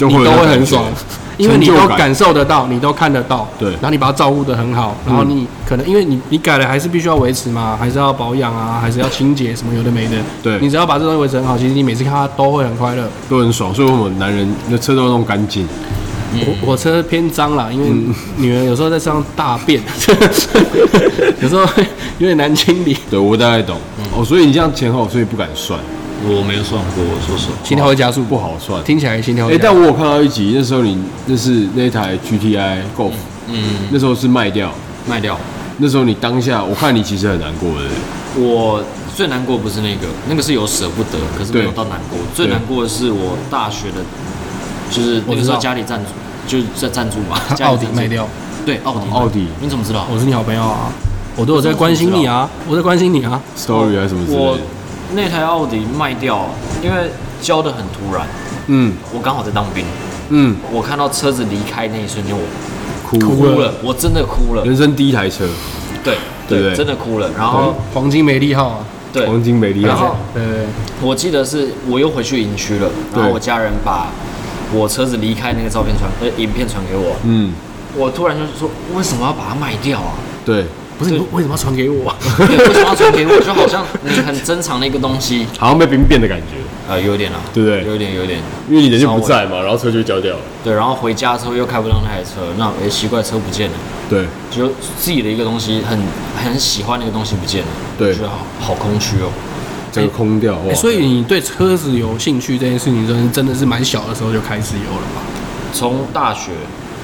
[SPEAKER 1] 你都会很爽。因为你都感受得到，你都看得到，
[SPEAKER 2] 对，
[SPEAKER 1] 然后你把它照顾得很好，然后你可能因为你改了，还是必须要维持嘛，还是要保养啊，还是要清洁什么有的没的，
[SPEAKER 2] 对，
[SPEAKER 1] 你只要把这东西维持很好，其实你每次看它都会很快乐，
[SPEAKER 2] 都很爽。所以我们男人的车都弄干净。
[SPEAKER 1] 我车偏脏啦，因为女人有时候在车上大便，有时候有点难清理。
[SPEAKER 2] 对，我大概懂。所以你这样前后，所以不敢算。
[SPEAKER 3] 我没有算过，说实话，
[SPEAKER 1] 心跳会加速，
[SPEAKER 2] 不好算。
[SPEAKER 1] 听起来心跳会加速。
[SPEAKER 2] 但我有看到一集，那时候你就是那台 GTI Golf，那时候是卖掉。那时候你当下，我看你其实很难过的。
[SPEAKER 3] 我最难过不是那个是有舍不得，可是没有到难过。最难过的是我大学的，就是那个时候家里赞助，就是在赞助嘛，
[SPEAKER 1] 奥迪卖掉。
[SPEAKER 3] 对，奥迪，你怎么知道？
[SPEAKER 1] 我是你好朋友啊，我都有在关心你啊，我在关心你啊
[SPEAKER 2] ，story 还是什么之类的。
[SPEAKER 3] 那台奥迪卖掉，因为交的很突然。我刚好在当兵。我看到车子离开那一瞬间，我哭了，我真的哭了。
[SPEAKER 2] 人生第一台车。
[SPEAKER 3] 对，真的哭了。然后
[SPEAKER 1] 黄金梅利号啊，
[SPEAKER 2] 对，黄金梅利号。
[SPEAKER 3] 然后我记得是我又回去营区了，然后我家人把我车子离开那个影片传给我。我突然就说，为什么要把它卖掉啊？
[SPEAKER 2] 对。
[SPEAKER 1] 不是你为什么要传给我？
[SPEAKER 3] 对，为什么要传给我？就好像你很珍藏的一个东西，
[SPEAKER 2] 好像被兵变的感觉。
[SPEAKER 3] 有点啊，
[SPEAKER 2] 对不对？
[SPEAKER 3] 有点，
[SPEAKER 2] 因为你人就不在嘛，然后车就交掉了。
[SPEAKER 3] 对，然后回家之后又开不到那台车，那奇怪，车不见了。
[SPEAKER 2] 对，
[SPEAKER 3] 就自己的一个东西，很喜欢那个东西不见了，
[SPEAKER 2] 对，
[SPEAKER 3] 觉得好空虚哦，
[SPEAKER 2] 整个空掉。
[SPEAKER 1] 所以你对车子有兴趣这件事情，真的是蛮小的时候就开始有了吧？
[SPEAKER 3] 从大学，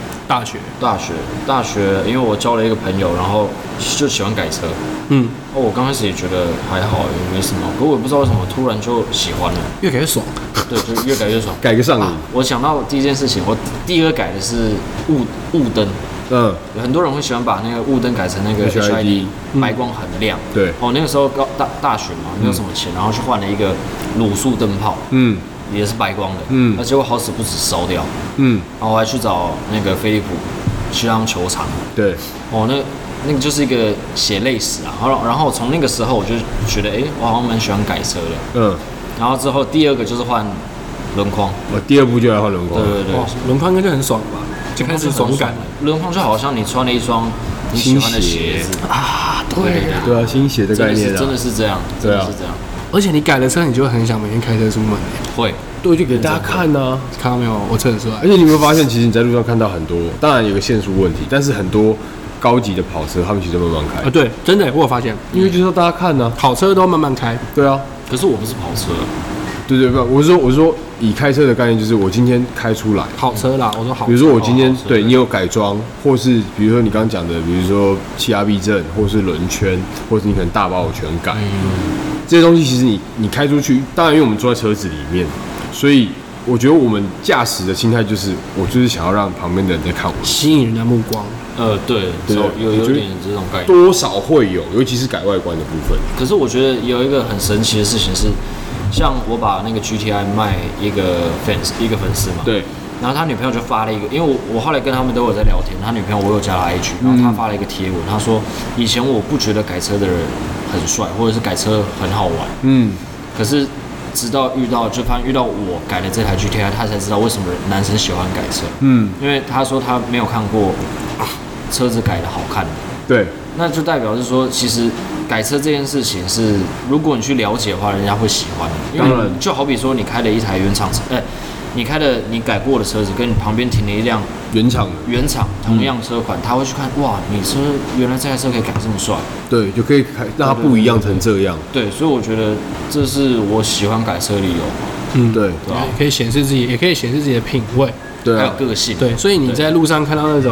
[SPEAKER 3] 因为我交了一个朋友，然后就喜欢改车。我刚开始也觉得还好，也没什么，可我也不知道为什么突然就喜欢了，
[SPEAKER 1] 越改越爽。
[SPEAKER 3] 对，就越改越爽，
[SPEAKER 2] 改个上瘾。
[SPEAKER 3] 我想到第一件事情，我第一个改的是雾灯。有很多人会喜欢把那个雾灯改成那个 HID， 白光很亮。对，那个时候大学嘛，没有什么钱，然后去换了一个卤素灯泡。也是白光的，而且我好死不死烧掉，然后我还去找那个飞利浦，去他们球场，
[SPEAKER 2] 对，
[SPEAKER 3] 那个就是一个血泪史啊，然后从那个时候我就觉得，我好像蛮喜欢改车的，然后之后第二个就是换轮框，
[SPEAKER 2] 第二步就来换轮框，
[SPEAKER 3] 对，
[SPEAKER 1] 轮框应该就很爽吧，就开始爽感了，
[SPEAKER 3] 轮框就好像你穿了一双你喜欢的鞋子
[SPEAKER 1] 啊，
[SPEAKER 2] 对啊，新鞋的概念
[SPEAKER 3] 真的是这样，真的是这样。
[SPEAKER 1] 而且你改了车，你就会很想每天开车出门。
[SPEAKER 3] 会，
[SPEAKER 2] 对，就给大家看啊，
[SPEAKER 1] 看到没有？我测得出来。
[SPEAKER 2] 而且你有没有发现，其实你在路上看到很多，当然有个限速问题，但是很多高级的跑车，他们其实都慢慢开。
[SPEAKER 1] 对，真的，我有发现，
[SPEAKER 2] 因为就是要大家看啊，
[SPEAKER 1] 好车都慢慢开。
[SPEAKER 2] 对啊，
[SPEAKER 3] 可是我不是跑车。
[SPEAKER 2] 对，不，我是说以开车的概念，就是我今天开出来
[SPEAKER 1] 好车啦，我说好车。
[SPEAKER 2] 比如说我今天对你有改装，或是比如说你刚刚讲的，比如说气压避震，或是轮圈，或是你可能大把我全改。这些东西其实你开出去，当然因为我们坐在车子里面，所以我觉得我们驾驶的心态就是，我就是想要让旁边的人在看我，
[SPEAKER 1] 吸引人家目光。
[SPEAKER 3] 对，有点这种概念，
[SPEAKER 2] 多少会有，尤其是改外观的部分。
[SPEAKER 3] 可是我觉得有一个很神奇的事情是，像我把那个 GTI 卖一个粉丝嘛，
[SPEAKER 2] 对，
[SPEAKER 3] 然后他女朋友就发了一个，因为我后来跟他们都有在聊天，他女朋友我有加了 IG，然后他发了一个贴文，他说以前我不觉得改车的人很帅，或者是改车很好玩，可是直到遇到我改了这台 GTI， 他才知道为什么男生喜欢改车，因为他说他没有看过车子改的好看的，
[SPEAKER 2] 对，
[SPEAKER 3] 那就代表是说其实。改车这件事情是，如果你去了解的话，人家会喜欢的。因为就好比说，你开了一台原厂车，你改过的车子，跟你旁边停了一辆原厂同样车款，他会去看，哇，你车原来这台车可以改这么帅，
[SPEAKER 2] 对，就可以让它不一样成这样。
[SPEAKER 3] 对，所以我觉得这是我喜欢改车理由。
[SPEAKER 2] 对，
[SPEAKER 1] 可以显示自己，也可以显示自己的品味，
[SPEAKER 3] 对，还有个性。
[SPEAKER 1] 对，所以你在路上看到那种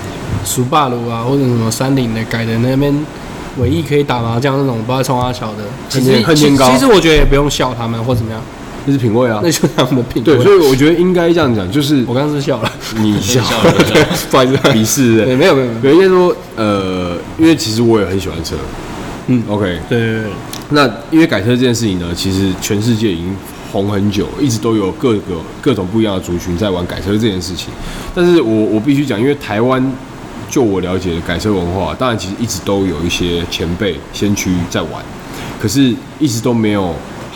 [SPEAKER 1] Subaru啊，或者什么30的改的那边。唯一可以打麻将那种，不知道冲阿桥的，其实我觉得也不用笑他们或怎么样，
[SPEAKER 2] 那是品味啊，
[SPEAKER 1] 那就是他们的品味。
[SPEAKER 2] 对，所以我觉得应该这样讲，就是
[SPEAKER 1] 我刚刚是笑了，
[SPEAKER 3] 你笑
[SPEAKER 2] 了，不好意思，鄙视。
[SPEAKER 1] 对，没有，
[SPEAKER 2] 应该说，因为其实我也很喜欢车，OK，
[SPEAKER 1] 对。
[SPEAKER 2] 那因为改车这件事情呢，其实全世界已经红很久，一直都有各种不一样的族群在玩改车这件事情。但是我必须讲，因为台湾。就我了解的改车文化，当然其实一直都有一些前辈先驱在玩，可是一直都没有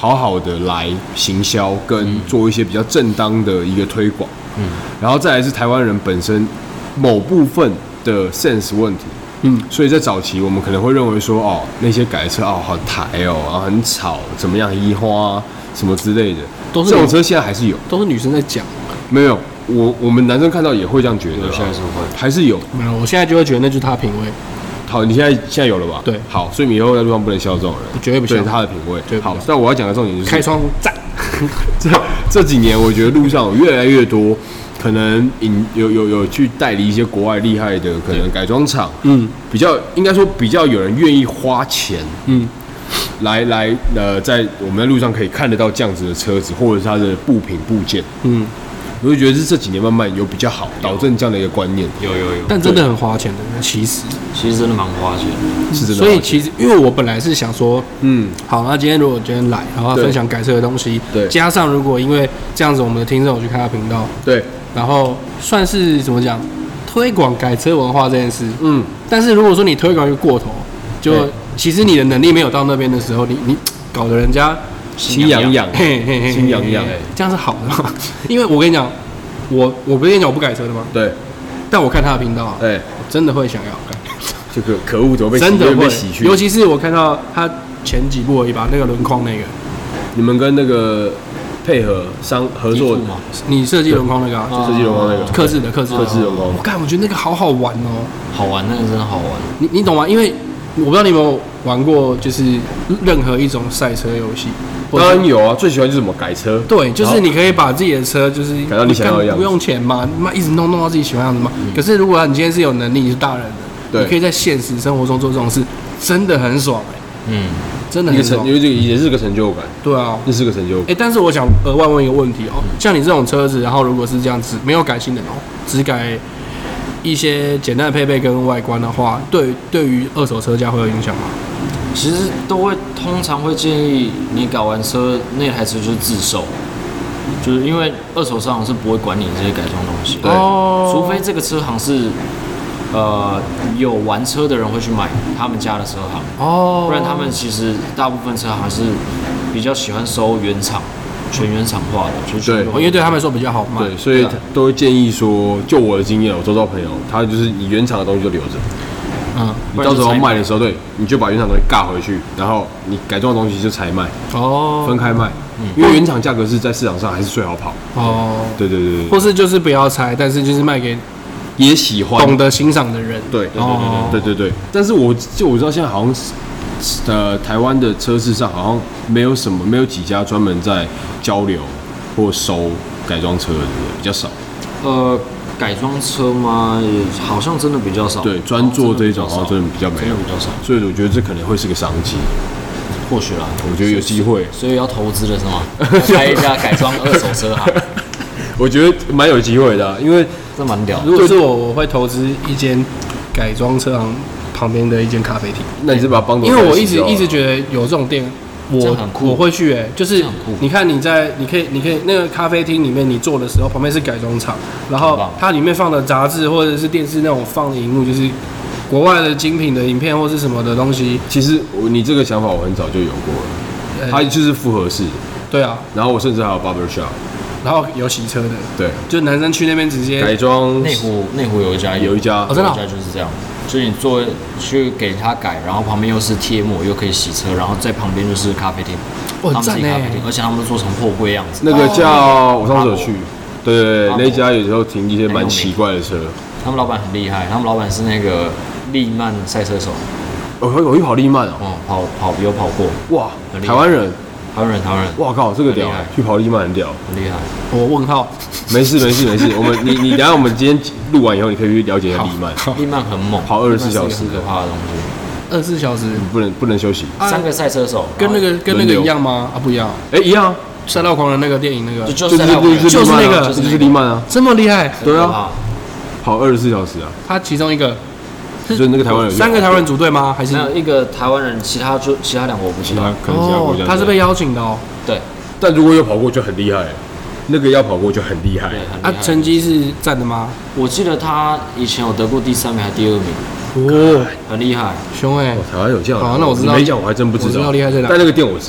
[SPEAKER 2] 好好的来行销跟做一些比较正当的一个推广。然后再来是台湾人本身某部分的 sense 问题。所以在早期我们可能会认为说，哦，那些改车哦很台哦，然后很吵，怎么样移花什么之类的，这种车现在还是有，
[SPEAKER 1] 都是女生在讲。
[SPEAKER 2] 没有，我们男生看到也会这样觉得，
[SPEAKER 3] 现在是会，
[SPEAKER 2] 还是有。
[SPEAKER 1] 没有，我现在就会觉得那就是他的品味。
[SPEAKER 2] 好，你现在有了吧？
[SPEAKER 1] 对，
[SPEAKER 2] 好，所以你以后在路上不能笑这种人，
[SPEAKER 1] 绝对不笑。
[SPEAKER 2] 对他的品味。好，但我要讲的重点就是
[SPEAKER 1] 开窗户赞。
[SPEAKER 2] 这几年，我觉得路上有越来越多。可能有去代理一些国外厉害的可能改装厂，比较应该说比较有人愿意花钱，来在我们在路上可以看得到这样子的车子，或者是它的部品部件，我就觉得是这几年慢慢有比较好导正这样的一个观念，
[SPEAKER 3] 有，
[SPEAKER 1] 但真的很花钱的，其实
[SPEAKER 3] 真的蛮花钱的，
[SPEAKER 2] 是真的。
[SPEAKER 1] 所以其实因为我本来是想说，好，那今天如果今天来，然后分享改车的东西，对，加上如果因为这样子，我们的听众有去看他频道，对。然后算是怎么讲，推广改车文化这件事。但是如果说你推广一个过头，就其实你的能力没有到那边的时候，你搞得人家
[SPEAKER 2] 心痒痒，心痒痒，
[SPEAKER 1] 这样是好的吗？因为我跟你讲，我不是跟你讲我不改车的吗？对。但我看他的频道，我真的会想要改。
[SPEAKER 2] 这个可恶，怎么被
[SPEAKER 1] 真的会
[SPEAKER 2] 洗去？
[SPEAKER 1] 尤其是我看到他前几部而已吧，那个轮框那个，
[SPEAKER 2] 你们跟那个。配合合作
[SPEAKER 1] 吗？你设计轮框那个，
[SPEAKER 2] 就设计轮框那个，
[SPEAKER 1] 客制轮框。我觉得那个好好玩哦，
[SPEAKER 3] 好玩，那个真的好玩。
[SPEAKER 1] 你懂吗？因为我不知道你有没有玩过，就是任何一种赛车游戏。
[SPEAKER 2] 当然有啊，最喜欢就是什么改车。
[SPEAKER 1] 对，就是你可以把自己的车就是
[SPEAKER 2] 改到你想要的样子，
[SPEAKER 1] 不用钱嘛，一直弄到自己喜欢样子嘛。可是如果你今天是有能力，你是大人的，你可以在现实生活中做这种事，真的很爽真的很爽，
[SPEAKER 2] 也是个成就感。
[SPEAKER 1] 对啊，
[SPEAKER 2] 这是个成就感。
[SPEAKER 1] 但是我想额外问一个问题哦，像你这种车子，然后如果是这样子没有改性能只改一些简单的配备跟外观的话，对于二手车价会有影响吗？
[SPEAKER 3] 其实通常会建议你改完车那台车就是自售，就是因为二手车行是不会管你这些改装东西，除非这个车行是。有玩车的人会去买他们家的车行不然他们其实大部分车行是比较喜欢收原厂、全原厂化的，
[SPEAKER 1] 就是因为对他们说比较好卖，
[SPEAKER 2] 对，所以都会建议说，就我的经验，我周遭朋友，他就是你原厂的东西就留着，你到时候卖的时候，对，你就把原厂东西尬回去，然后你改装的东西就拆卖，分开卖，因为原厂价格是在市场上还是最好跑，对，
[SPEAKER 1] 或是就是不要拆，但是就是卖给。
[SPEAKER 2] 也喜欢
[SPEAKER 1] 懂得欣赏的人，
[SPEAKER 2] 对，但是我知道现在好像台湾的车市上好像没有几家专门在交流或收改装车的，比较少。
[SPEAKER 3] 改装车吗？也好像真的比较少。
[SPEAKER 2] 对，专做这一种好像真的比较没有，
[SPEAKER 3] 真的比较少。
[SPEAKER 2] 所以我觉得这可能会是个商机。
[SPEAKER 3] 或许啦，
[SPEAKER 2] 我觉得有机会。
[SPEAKER 3] 所以要投资了是吗？开一家改装二手车行。
[SPEAKER 2] 我觉得蛮有机会的，因为
[SPEAKER 3] 这蛮屌。
[SPEAKER 1] 如果是我会投资一间改装车行旁边的一间咖啡厅。
[SPEAKER 2] 那你是把它帮助？
[SPEAKER 1] 因为我一直觉得有这种店，我会去就是你看你可以那个咖啡厅里面你坐的时候，旁边是改装厂，然后它里面放的杂志或者是电视那种放的荧幕，就是国外的精品的影片或是什么的东西。
[SPEAKER 2] 其实你这个想法我很早就有过了，它就是复合式。
[SPEAKER 1] 对啊，
[SPEAKER 2] 然后我甚至还有 barber shop。
[SPEAKER 1] 然后有洗车的，
[SPEAKER 2] 对，
[SPEAKER 1] 就男生去那边直接
[SPEAKER 2] 改装。
[SPEAKER 3] 内湖有一家，
[SPEAKER 2] 真的，有一家
[SPEAKER 3] 就是这样，就是你去给他改，然后旁边又是贴膜，又可以洗车，然后在旁边就是咖啡厅，他们自己咖啡厅，而且他们都做成货柜样子。
[SPEAKER 2] 那个叫我上次有去，对，那家有时候停一些蛮奇怪的车。
[SPEAKER 3] 他们老板很厉害，他们老板是那个利曼赛车手。
[SPEAKER 2] 我去跑利曼
[SPEAKER 3] 有跑过，
[SPEAKER 2] 哇，台湾人。
[SPEAKER 3] 台湾人，
[SPEAKER 2] 哇靠，这个屌，去跑利曼很屌，
[SPEAKER 3] 很厉害。
[SPEAKER 1] 我问号，
[SPEAKER 2] 没事。你等一下我们今天录完以后，你可以去了解一下利曼。
[SPEAKER 3] 利曼很猛，
[SPEAKER 2] 跑24小时，
[SPEAKER 3] 很可怕的
[SPEAKER 1] 东西。24小时，
[SPEAKER 2] 不能休息。
[SPEAKER 3] 3个赛车手，
[SPEAKER 1] 跟那个一样吗？不一样。
[SPEAKER 2] 一样。
[SPEAKER 1] 赛道狂人那个电影那个，
[SPEAKER 3] 就是那
[SPEAKER 2] 个，就是利曼啊，
[SPEAKER 1] 这么厉害。
[SPEAKER 2] 对啊，跑24小时啊。
[SPEAKER 1] 他其中一个。
[SPEAKER 2] 就是那个台湾人，3
[SPEAKER 1] 个台湾人组队吗？还是
[SPEAKER 3] 一个台湾人？其他2个我不知道，
[SPEAKER 2] 可能其他国家。
[SPEAKER 1] 他是被邀请的哦。
[SPEAKER 3] 对，
[SPEAKER 2] 但如果有跑过就很厉害，那个要跑过就很厉害。
[SPEAKER 1] 成绩是占的吗？
[SPEAKER 3] 我记得他以前有得过第3名还是第2名。很厉害，
[SPEAKER 1] 凶哎！
[SPEAKER 2] 台湾有这样，
[SPEAKER 1] 好，那我知道。
[SPEAKER 2] 你没讲我还真不知道。
[SPEAKER 1] 我知道厉害在哪？
[SPEAKER 2] 但那个店我知道。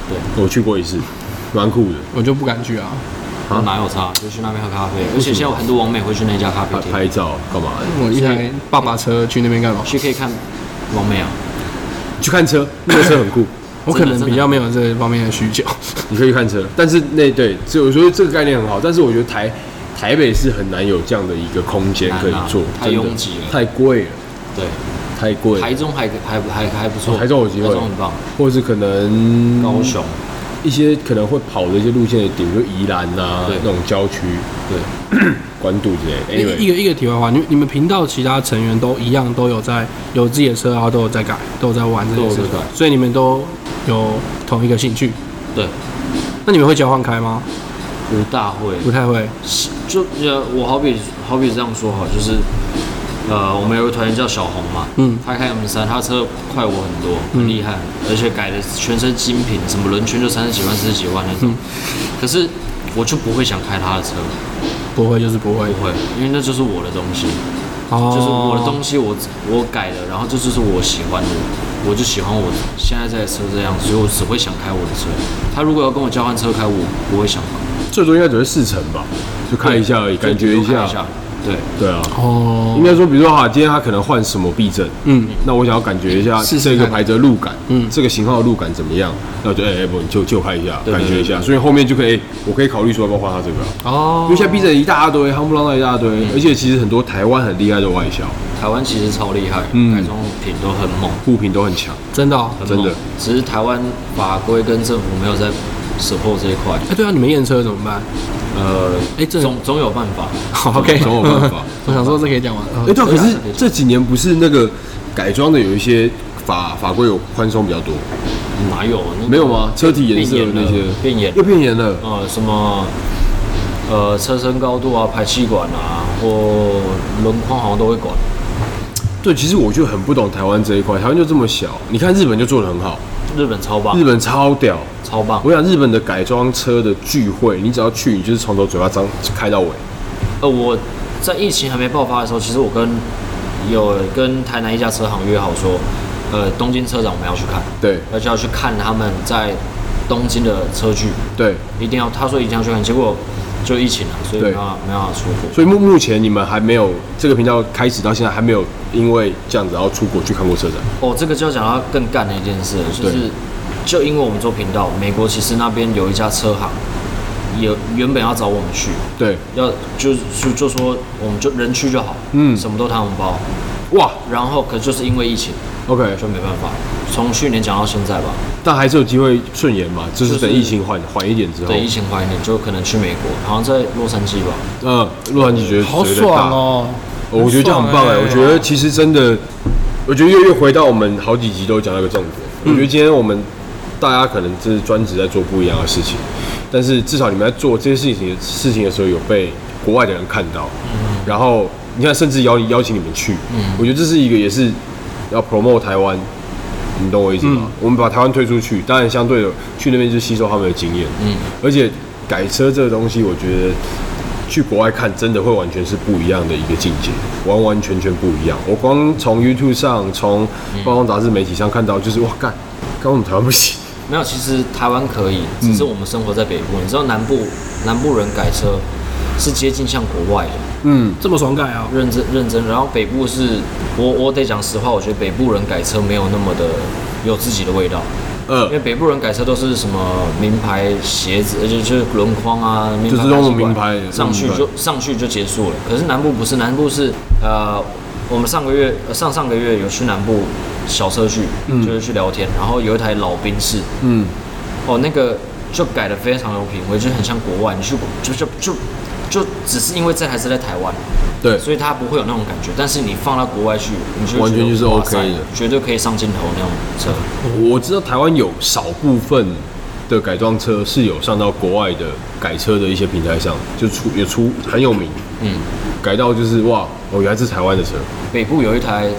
[SPEAKER 3] 对，
[SPEAKER 2] 我去过一次，蛮酷的。
[SPEAKER 1] 我就不敢去啊。
[SPEAKER 3] 哪有差？就去那边喝咖啡，而且现在有很多网美会去那家咖啡厅
[SPEAKER 2] 拍照干嘛？
[SPEAKER 1] 我一台爸爸车去那边干嘛？
[SPEAKER 3] 去可以看网美啊，
[SPEAKER 2] 去看车，那个车很酷。
[SPEAKER 1] 我可能比较没有这方面的需求。
[SPEAKER 2] 你可以看车，但是所以我觉得这个概念很好，但是我觉得台北是很难有这样的一个空间可以做，
[SPEAKER 3] 太拥挤了，
[SPEAKER 2] 太贵了。
[SPEAKER 3] 对，
[SPEAKER 2] 太贵。
[SPEAKER 3] 台中还不错，
[SPEAKER 2] 台中有机会，
[SPEAKER 3] 台中很棒，
[SPEAKER 2] 或者是可能
[SPEAKER 3] 高雄。
[SPEAKER 2] 一些可能会跑的一些路线的点，就宜兰啊那种郊区，对，关渡之类的。
[SPEAKER 1] 一个题外话，你们频道其他成员都一样，都有自己的车，然后都有在改，都有在玩这件事，所以你们都有同一个兴趣。
[SPEAKER 3] 对，
[SPEAKER 1] 那你们会交换开吗？
[SPEAKER 3] 不
[SPEAKER 1] 太会。
[SPEAKER 3] 就我好比这样说哈，就是我们有个团员叫小红嘛，他开 M3，他车快我很多，很厉害，而且改的全身精品，什么轮圈就30几万、40几万那种。可是我就不会想开他的车，
[SPEAKER 1] 不会就是不会，
[SPEAKER 3] 因为那就是我的东西，就是我的东西我改了，然后这就是我喜欢的，我就喜欢我现在的车这样，所以我只会想开我的车。他如果要跟我交换车开，我不会想。
[SPEAKER 2] 最多应该只是4成吧，就开一下而已，感觉一下。对啊，应该说，比如说今天他可能换什么避震，那我想要感觉一下这个牌子的路感，这个型号的路感怎么样？那我就不，你就开一下，感觉一下，所以后面就可以，我可以考虑说要不要换他这个。因为现在避震一大堆，夯不啷当一大堆，而且其实很多台湾很厉害的外销，
[SPEAKER 3] 台湾其实超厉害，改装品都很猛，
[SPEAKER 2] 护品都很强，
[SPEAKER 1] 真的，
[SPEAKER 2] 真的。
[SPEAKER 3] 只是台湾法规跟政府没有在 support 这一块。
[SPEAKER 1] 对啊，你们验车怎么办？
[SPEAKER 3] 总有办法。
[SPEAKER 1] OK，
[SPEAKER 2] 总有办法。
[SPEAKER 1] 我想说这可以讲完。
[SPEAKER 2] 对，可是这几年不是那个改装的有一些法规有宽松比较多。
[SPEAKER 3] 哪有？
[SPEAKER 2] 没有吗？车体颜色那些又变严了。
[SPEAKER 3] 什么车身高度啊、排气管啊，或轮框好像都会管。
[SPEAKER 2] 对，其实我就很不懂台湾这一块，台湾就这么小，你看日本就做得很好。
[SPEAKER 3] 日本超棒，
[SPEAKER 2] 日本超屌，
[SPEAKER 3] 超棒。
[SPEAKER 2] 我想日本的改装车的聚会，你只要去，你就是从头嘴巴张开到尾。
[SPEAKER 3] 我在疫情还没爆发的时候，其实我跟台南一家车行约好说，东京车展我们要去看，
[SPEAKER 2] 对，
[SPEAKER 3] 而且要去看他们在东京的车距，
[SPEAKER 2] 对，
[SPEAKER 3] 他说一定要去看，结果就疫情了，所以没办法出国。
[SPEAKER 2] 所以目前你们还没有这个频道开始到现在还没有因为这样子然后出国去看过车展。
[SPEAKER 3] 这个就要讲到更干的一件事，就因为我们做频道，美国其实那边有一家车行，原本要找我们去，
[SPEAKER 2] 对，
[SPEAKER 3] 就说我们就人去就好，什么都谈红包，
[SPEAKER 2] 哇，
[SPEAKER 3] 然后可就是因为疫情
[SPEAKER 2] ，OK，
[SPEAKER 3] 就没办法，从去年讲到现在吧。
[SPEAKER 2] 但还是有机会顺延嘛，就是等疫情缓一点之后。
[SPEAKER 3] 等疫情缓一点，就可能去美国，好像在洛杉矶吧。
[SPEAKER 2] 洛杉矶觉得
[SPEAKER 1] 好爽哦，
[SPEAKER 2] 我觉得这样很棒哎，我觉得其实真的，我觉得又回到我们好几集都讲到一个重点，我觉得今天我们大家可能就是专职在做不一样的事情，但是至少你们在做这些事情的时候有被国外的人看到，然后你看甚至邀请你们去，我觉得这是一个也是要 promote 台湾。你懂我意思吗？我们把台湾推出去，当然相对的去那边就吸收他们的经验。而且改车这个东西，我觉得去国外看真的会完全是不一样的一个境界，完完全全不一样。我光从 YouTube 上、从包装杂志媒体上看到，就是哇干，我们台湾不行。
[SPEAKER 3] 没有，其实台湾可以，只是我们生活在北部。你知道南部人改车是接近像国外的。
[SPEAKER 1] 这么爽改啊，
[SPEAKER 3] 认真。然后北部是，我得讲实话，我觉得北部人改车没有那么的有自己的味道。因为北部人改车都是什么名牌鞋子，而且就是轮框啊，
[SPEAKER 2] 就是用名牌
[SPEAKER 3] 上去就结束了。可是南部不是，南部是我们上个月有去南部小车聚，就是去聊天，然后有一台老宾士，那个就改得非常有品味，就很像国外。你去就只是因为这台车在台湾，
[SPEAKER 2] 对，
[SPEAKER 3] 所以它不会有那种感觉。但是你放到国外去，你就
[SPEAKER 2] 完全就是 OK 的，
[SPEAKER 3] 绝对可以上镜头那种车。
[SPEAKER 2] 我知道台湾有少部分的改装车是有上到国外的改车的一些平台上，就出很有名，改到就是哇，原来是台湾的车。
[SPEAKER 3] 北部有一台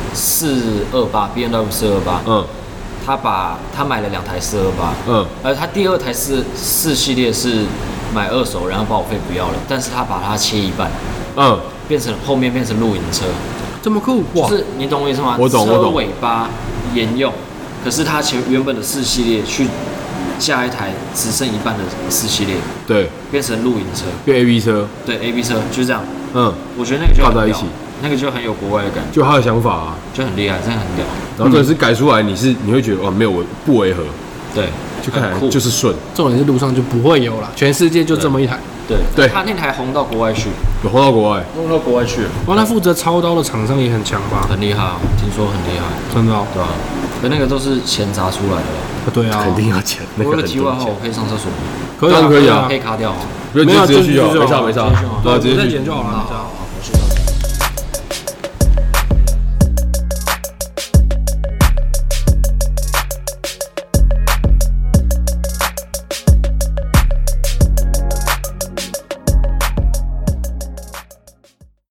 [SPEAKER 3] 428 BMW 428，他买了2台428，而他第2台4系列是买2手，然后保费不要了，但是他把它切一半，后面变成露营车，
[SPEAKER 1] 这么酷，
[SPEAKER 3] 就是你懂我意思吗？
[SPEAKER 2] 我懂。
[SPEAKER 3] 车尾巴沿用，可是他原本的4系列去架一台只剩一半的4系列，
[SPEAKER 2] 对，
[SPEAKER 3] 变成露营车，
[SPEAKER 2] 变 AV 车，
[SPEAKER 3] 对 AV 车就是这样。我觉得那个就
[SPEAKER 2] 放在一起，
[SPEAKER 3] 那个就很有国外的感觉，
[SPEAKER 2] 就他的想法啊，
[SPEAKER 3] 就很厉害，真的很屌。
[SPEAKER 2] 然后真的是改出来，你会觉得哇，没有不违和，
[SPEAKER 3] 对，
[SPEAKER 2] 就看起来就是顺。
[SPEAKER 1] 重点是路上就不会有了，全世界就这么一台。
[SPEAKER 3] 对，他那台红到国外去，
[SPEAKER 2] 有红到国外，
[SPEAKER 3] 弄到国外去了。
[SPEAKER 1] 哇，他负责操刀的厂商也很强吧？
[SPEAKER 3] 很厉害啊，听说很厉害，
[SPEAKER 1] 真的哦。
[SPEAKER 3] 对啊，可那个都是钱砸出来的。
[SPEAKER 1] 对啊，
[SPEAKER 2] 肯定要钱。那个
[SPEAKER 3] 题外话，我可以上厕所吗？
[SPEAKER 2] 可以啊，
[SPEAKER 3] 可以卡掉。
[SPEAKER 1] 没有，
[SPEAKER 2] 直接去就好，没差。
[SPEAKER 1] 对，直接剪就好了。